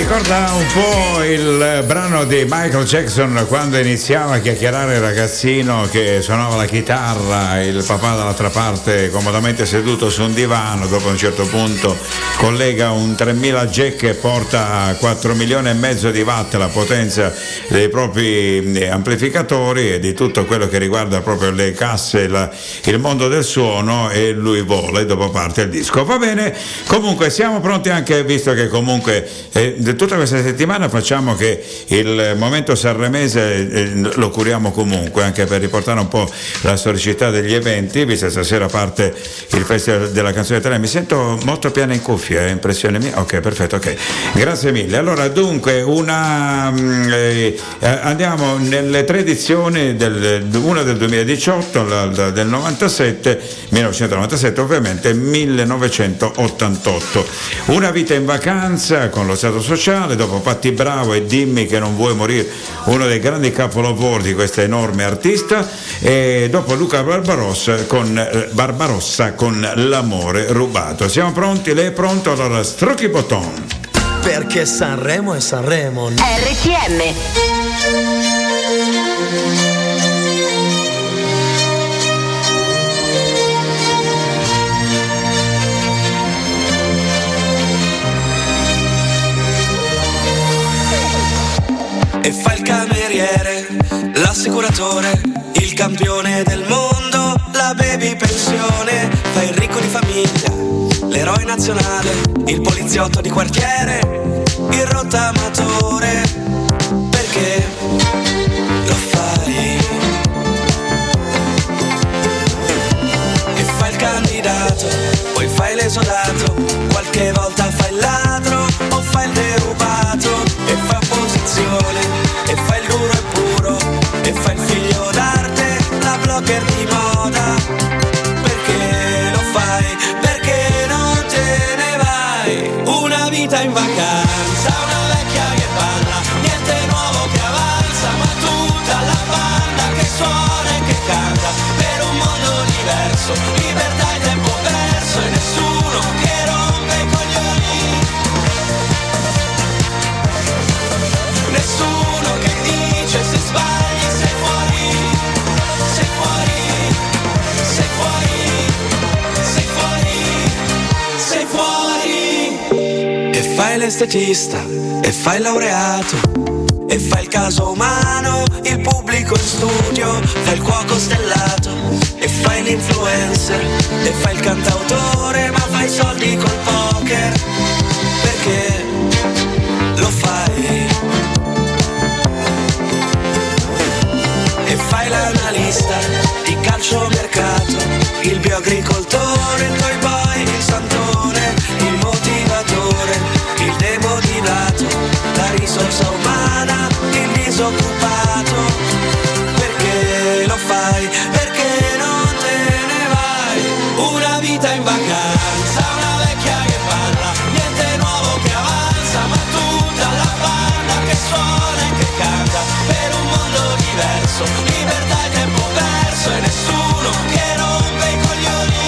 ricorda un po' il brano di Michael Jackson quando iniziava a chiacchierare il ragazzino che suonava la chitarra, il papà dall'altra parte comodamente seduto su un divano, dopo a un certo punto collega un tremila jack e porta a quattro milioni e mezzo di watt la potenza dei propri amplificatori e di tutto quello che riguarda proprio le casse, la, il mondo del suono, e lui vola e dopo parte il disco. Va bene, comunque siamo pronti anche, visto che comunque eh, tutta questa settimana facciamo che il momento sanremese eh, lo curiamo comunque, anche per riportare un po' la storicità degli eventi, visto che stasera parte il Festival della Canzone Italiana. Mi sento molto piano in cuffia, è impressione mia? Ok, perfetto, ok, grazie mille. Allora, dunque, una eh, andiamo nelle tre edizioni, del, una del duemiladiciotto, la, la del novantasette, millenovecentonovantasette, ovviamente millenovecentottantotto. Una vita in vacanza con lo Stato Sociale, dopo Patti Bravo e Dimmi che non vuoi morire, uno dei grandi capolavori di questa enorme artista, e dopo Luca Barbarossa con, eh, Barbarossa con L'amore rubato. Siamo pronti? Lei è pronto? Allora strucchi botton. Perché Sanremo è Sanremo. R T M. E fa il cameriere, l'assicuratore, il campione del mondo, la baby pensione, fa il ricco di famiglia, l'eroe nazionale, il poliziotto di quartiere, il rottamatore. Perché lo fai? E fa il candidato, poi fai l'esodato, qualche volta fai il ladro o fai il derubato, e fa opposizione, e fa il duro e puro, e fa il figlio d'arte, la blogger di moda. Perché lo fai? Perché non te ne vai? Una vita in vacanza, una vecchia che balla, niente nuovo che avanza, ma tutta la banda che suona e che canta, per un mondo diverso, libertà e tempo perso, e nessuno che rompe i coglioni, nessuno che dice se sbagli sei fuori, sei fuori, sei fuori, sei fuori, sei fuori. E fai l'estetista, e fai il laureato, e fai il caso umano, il pubblico in studio, fai il cuoco stellato, e fai l'influencer, e fai il cantautore, ma fai soldi col poker. Perché lo fai? E fai l'analista di calciomercato, il bioagricoltore, il toy boy, il santone, il motivatore, il demotivato, la risorsa umana, il disoccupato. Perché lo fai? Perché non te ne vai? Una vita in vacanza, una vecchia che parla, niente nuovo che avanza, ma tutta la banda che suona e che canta, per un mondo diverso, libertà e tempo perso, e nessuno che rompe i coglioni,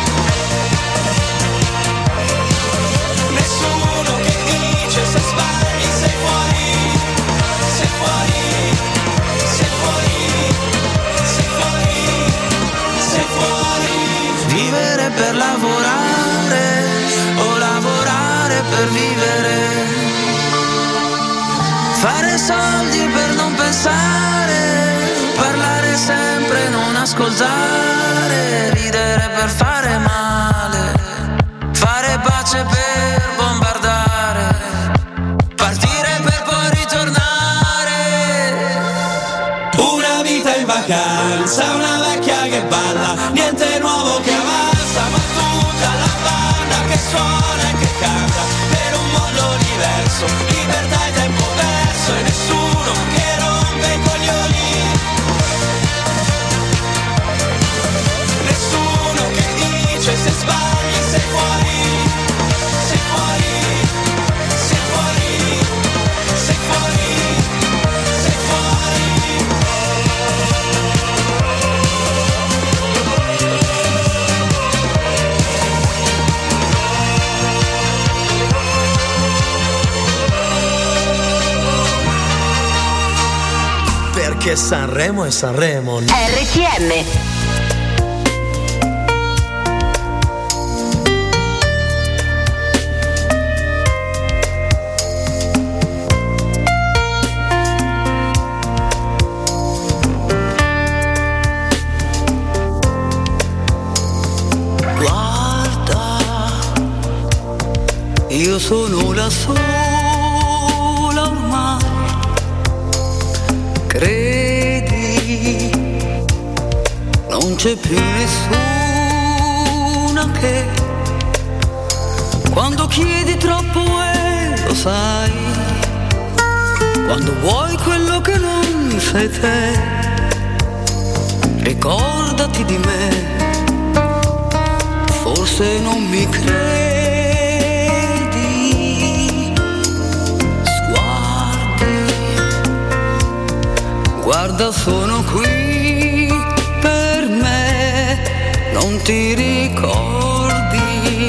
nessuno che dice se sbagli sei fuori, sei fuori, sei fuori, sei fuori, sei fuori. Vivere per lavorare o lavorare per vivere, fare soldi per non pensare, parlare sempre, non ascoltare, ridere per fare male, fare pace per bombardare, partire per poi ritornare. Una vita in vacanza, una vecchia che balla, niente nuovo che avanza, ma tutta la banda che suona e che canta, per un mondo diverso, libertà e tempo perso, e nessuno che rompe i coglioni, nessuno che dice se sbagli sei fuori, sei fuori, sei fuori, sei fuori, sei fuori. Perché Sanremo è Sanremo. R T M. Io sono la sola ormai, credi, non c'è più nessuna che quando chiedi troppo e lo sai, quando vuoi quello che non sei te, ricordati di me, forse non mi credi. Guarda, sono qui per me, non ti ricordi,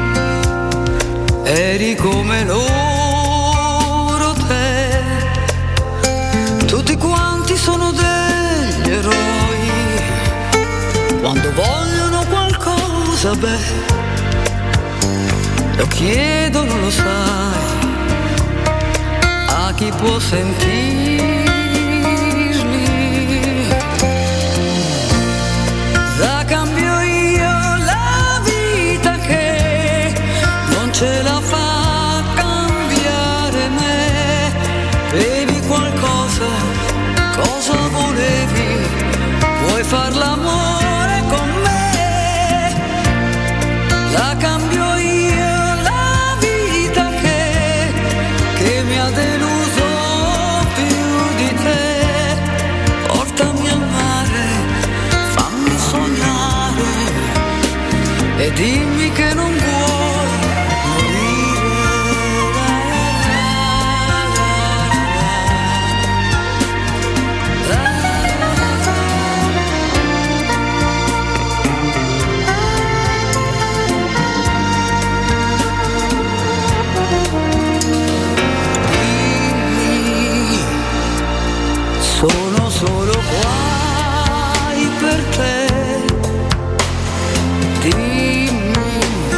eri come loro te, tutti quanti sono degli eroi, quando vogliono qualcosa, beh, lo chiedono, lo sai, a chi può sentire. La cambio io la vita che non ce la fa cambiare me. Bevi qualcosa, cosa volevi? Vuoi far l'amore con me? La cambio io la vita che, che mi ha deluso più di te. Portami al mare, fammi sognare e dimmi che non vuoi dimmi, sono solo guai per te. Dimmi,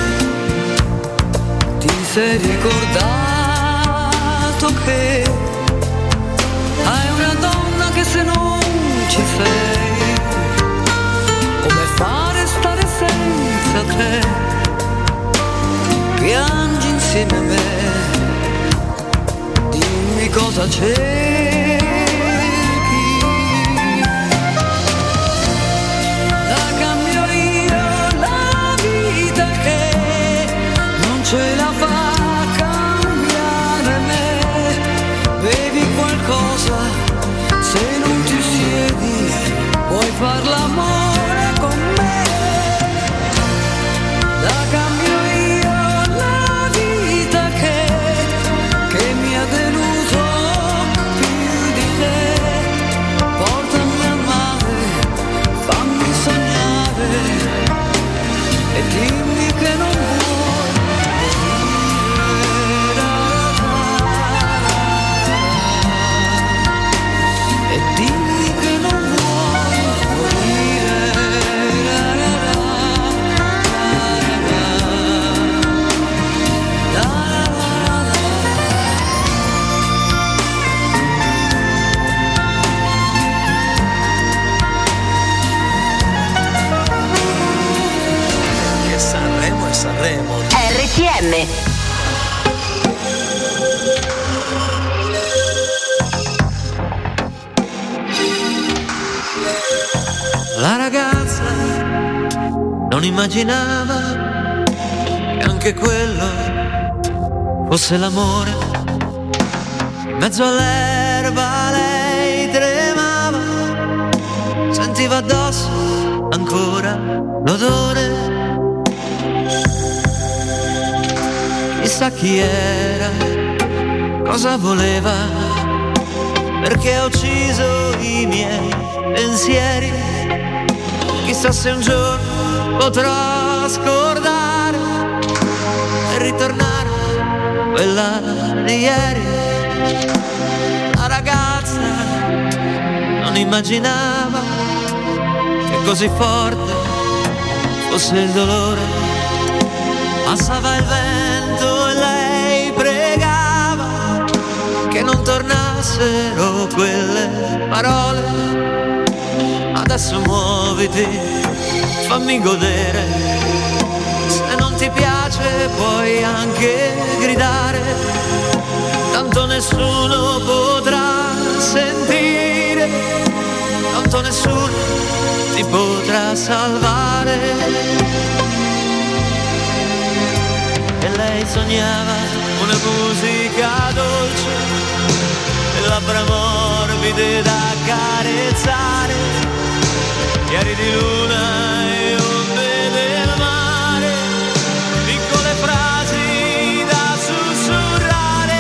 ti sei ricordato che hai una donna che se non ci sei, come fare stare senza te? Piangi insieme a me, dimmi cosa c'è. Ce la fa cambiare me, bevi qualcosa, se non ti siedi, vuoi far l'amore con me, la cambio io la vita che, che mi ha deluso più di te, portami al mare, fammi sognare e dimmi che non vuoi. Sanremo. R T M. La ragazza non immaginava che anche quello fosse l'amore. In mezzo all'erba lei tremava, sentiva addosso ancora l'odore. Chissà chi era, cosa voleva, perché ha ucciso i miei pensieri. Chissà se un giorno potrò scordare e ritornare quella di ieri. La ragazza non immaginava che così forte fosse il dolore. Passava il vento e lei pregava che non tornassero quelle parole. Adesso muoviti, fammi godere, se non ti piace puoi anche gridare, tanto nessuno potrà sentire, tanto nessuno ti potrà salvare. E lei sognava una musica dolce e labbra morbide da accarezzare, chiari di luna e onde del mare, piccole frasi da sussurrare.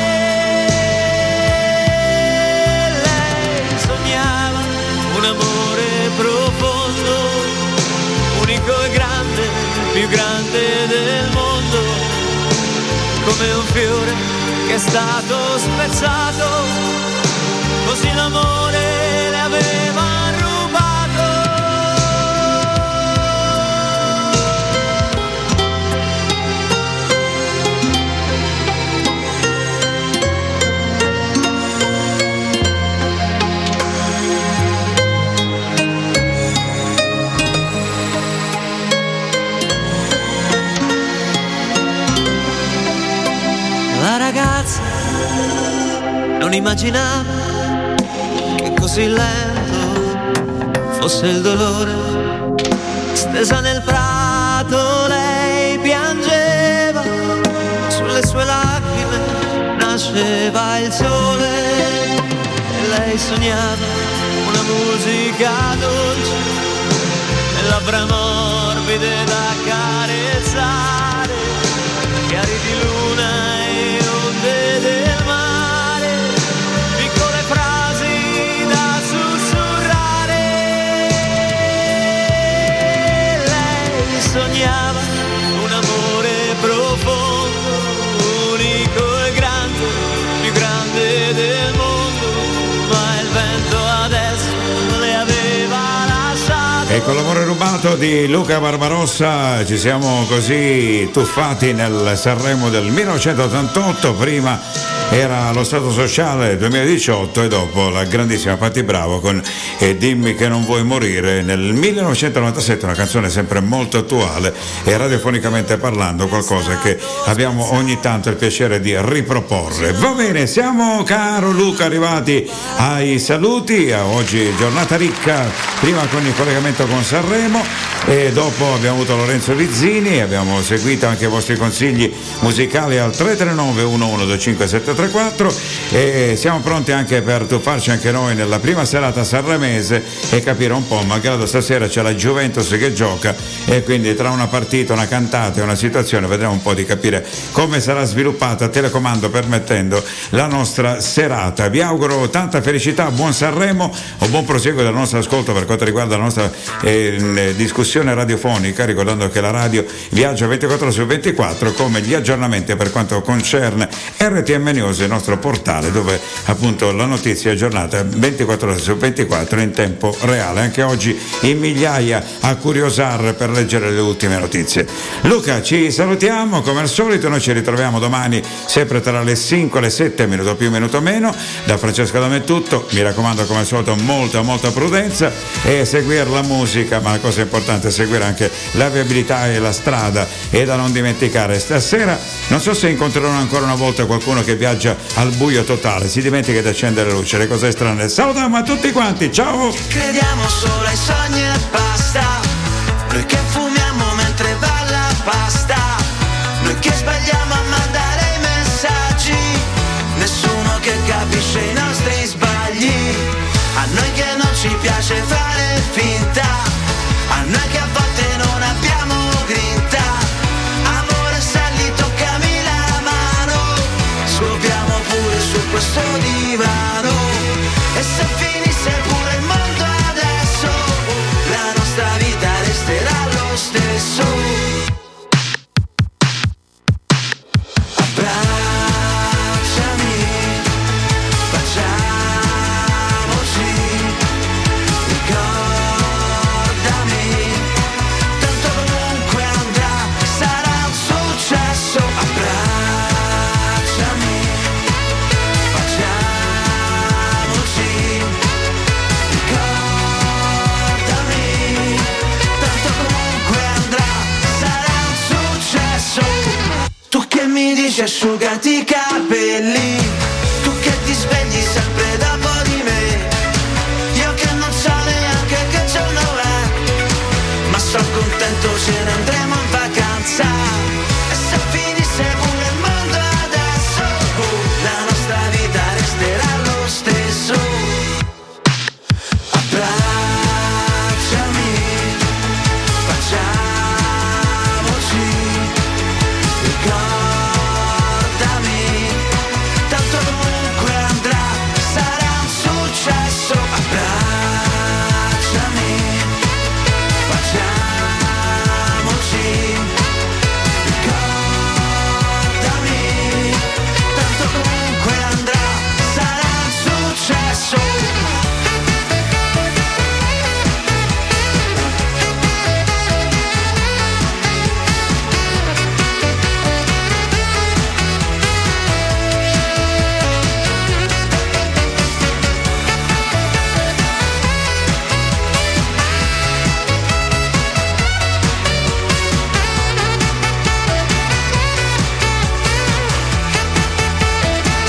Lei sognava un amore profondo, unico e grande, più grande del mondo, come un fiore che è stato spezzato, così l'amore le aveva non immaginava che così lento fosse il dolore. Stesa nel prato lei piangeva, sulle sue lacrime nasceva il sole. E lei sognava una musica dolce e labbra morbide da accarezzare, chiari di luna e onde del mare, piccole frasi da sussurrare. Lei sognava un amore profondo, unico e grande, più grande del mondo, ma il vento adesso le aveva lasciato. E con l'amore rubato di Luca Barbarossa ci siamo così tuffati nel Sanremo del millenovecentottantotto. Prima era lo Stato Sociale duemiladiciotto e dopo la grandissima Patti Bravo con eh, Dimmi che non vuoi morire nel millenovecentonovantasette, una canzone sempre molto attuale e radiofonicamente parlando qualcosa che abbiamo ogni tanto il piacere di riproporre. Va bene, siamo caro Luca arrivati ai saluti, oggi giornata ricca, prima con il collegamento con Sanremo e dopo abbiamo avuto Lorenzo Vizzini, abbiamo seguito anche i vostri consigli musicali al tre tre nove uno uno due cinque sette tre quattro e siamo pronti anche per tuffarci anche noi nella prima serata sanremese e capire un po', malgrado stasera c'è la Juventus che gioca e quindi tra una partita, una cantata e una situazione vedremo un po' di capire come sarà sviluppata, telecomando permettendo, la nostra serata. Vi auguro tanta felicità, buon Sanremo o buon proseguo del nostro ascolto per quanto riguarda la nostra eh, discussione radiofonica, ricordando che la radio viaggia ventiquattro ore su ventiquattro come gli aggiornamenti per quanto concerne R T M News, il nostro portale dove appunto la notizia è aggiornata ventiquattro ore su ventiquattro in tempo reale, anche oggi in migliaia a curiosare per leggere le ultime notizie. Luca, ci salutiamo come al solito, noi ci ritroviamo domani sempre tra le cinque e le sette, minuto più minuto meno. Da Francesco Adamo è tutto, mi raccomando come al solito molta molta prudenza e seguire la musica, ma la cosa importante è seguire anche la viabilità e la strada e da non dimenticare stasera, non so se incontrerò ancora una volta qualcuno che viaggia al buio totale, si dimentica di accendere le luci, le cose strane. Salutiamo a tutti quanti, ciao! Crediamo solo ai sogni e basta, noi che fumiamo mentre va la pasta, noi che sbagliamo a mandare i messaggi, nessuno che capisce i nostri sbagli, a noi che non ci piace fare finta, a noi che a volte non abbiamo grinta, amore salli toccami la mano, scopriamo pure su questo divano, e se finisse pure il mondo adesso, la nostra vita resterà lo stesso. Abbracciami, baciamoci, amici, asciugati i capelli. Tu che ti svegli sempre dopo di me, io che non so neanche che giorno è, ma sono contento se ne andremo in vacanza. E se finisse pure il mondo adesso, oh, la nostra vita resterà lo stesso. Abbracciami, facciamoci, ricordami, tanto comunque andrà, sarà un successo. Abbracciami, facciamoci, ricordami, tanto comunque andrà, sarà un successo.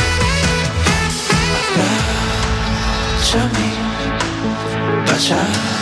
Baciami, baciami.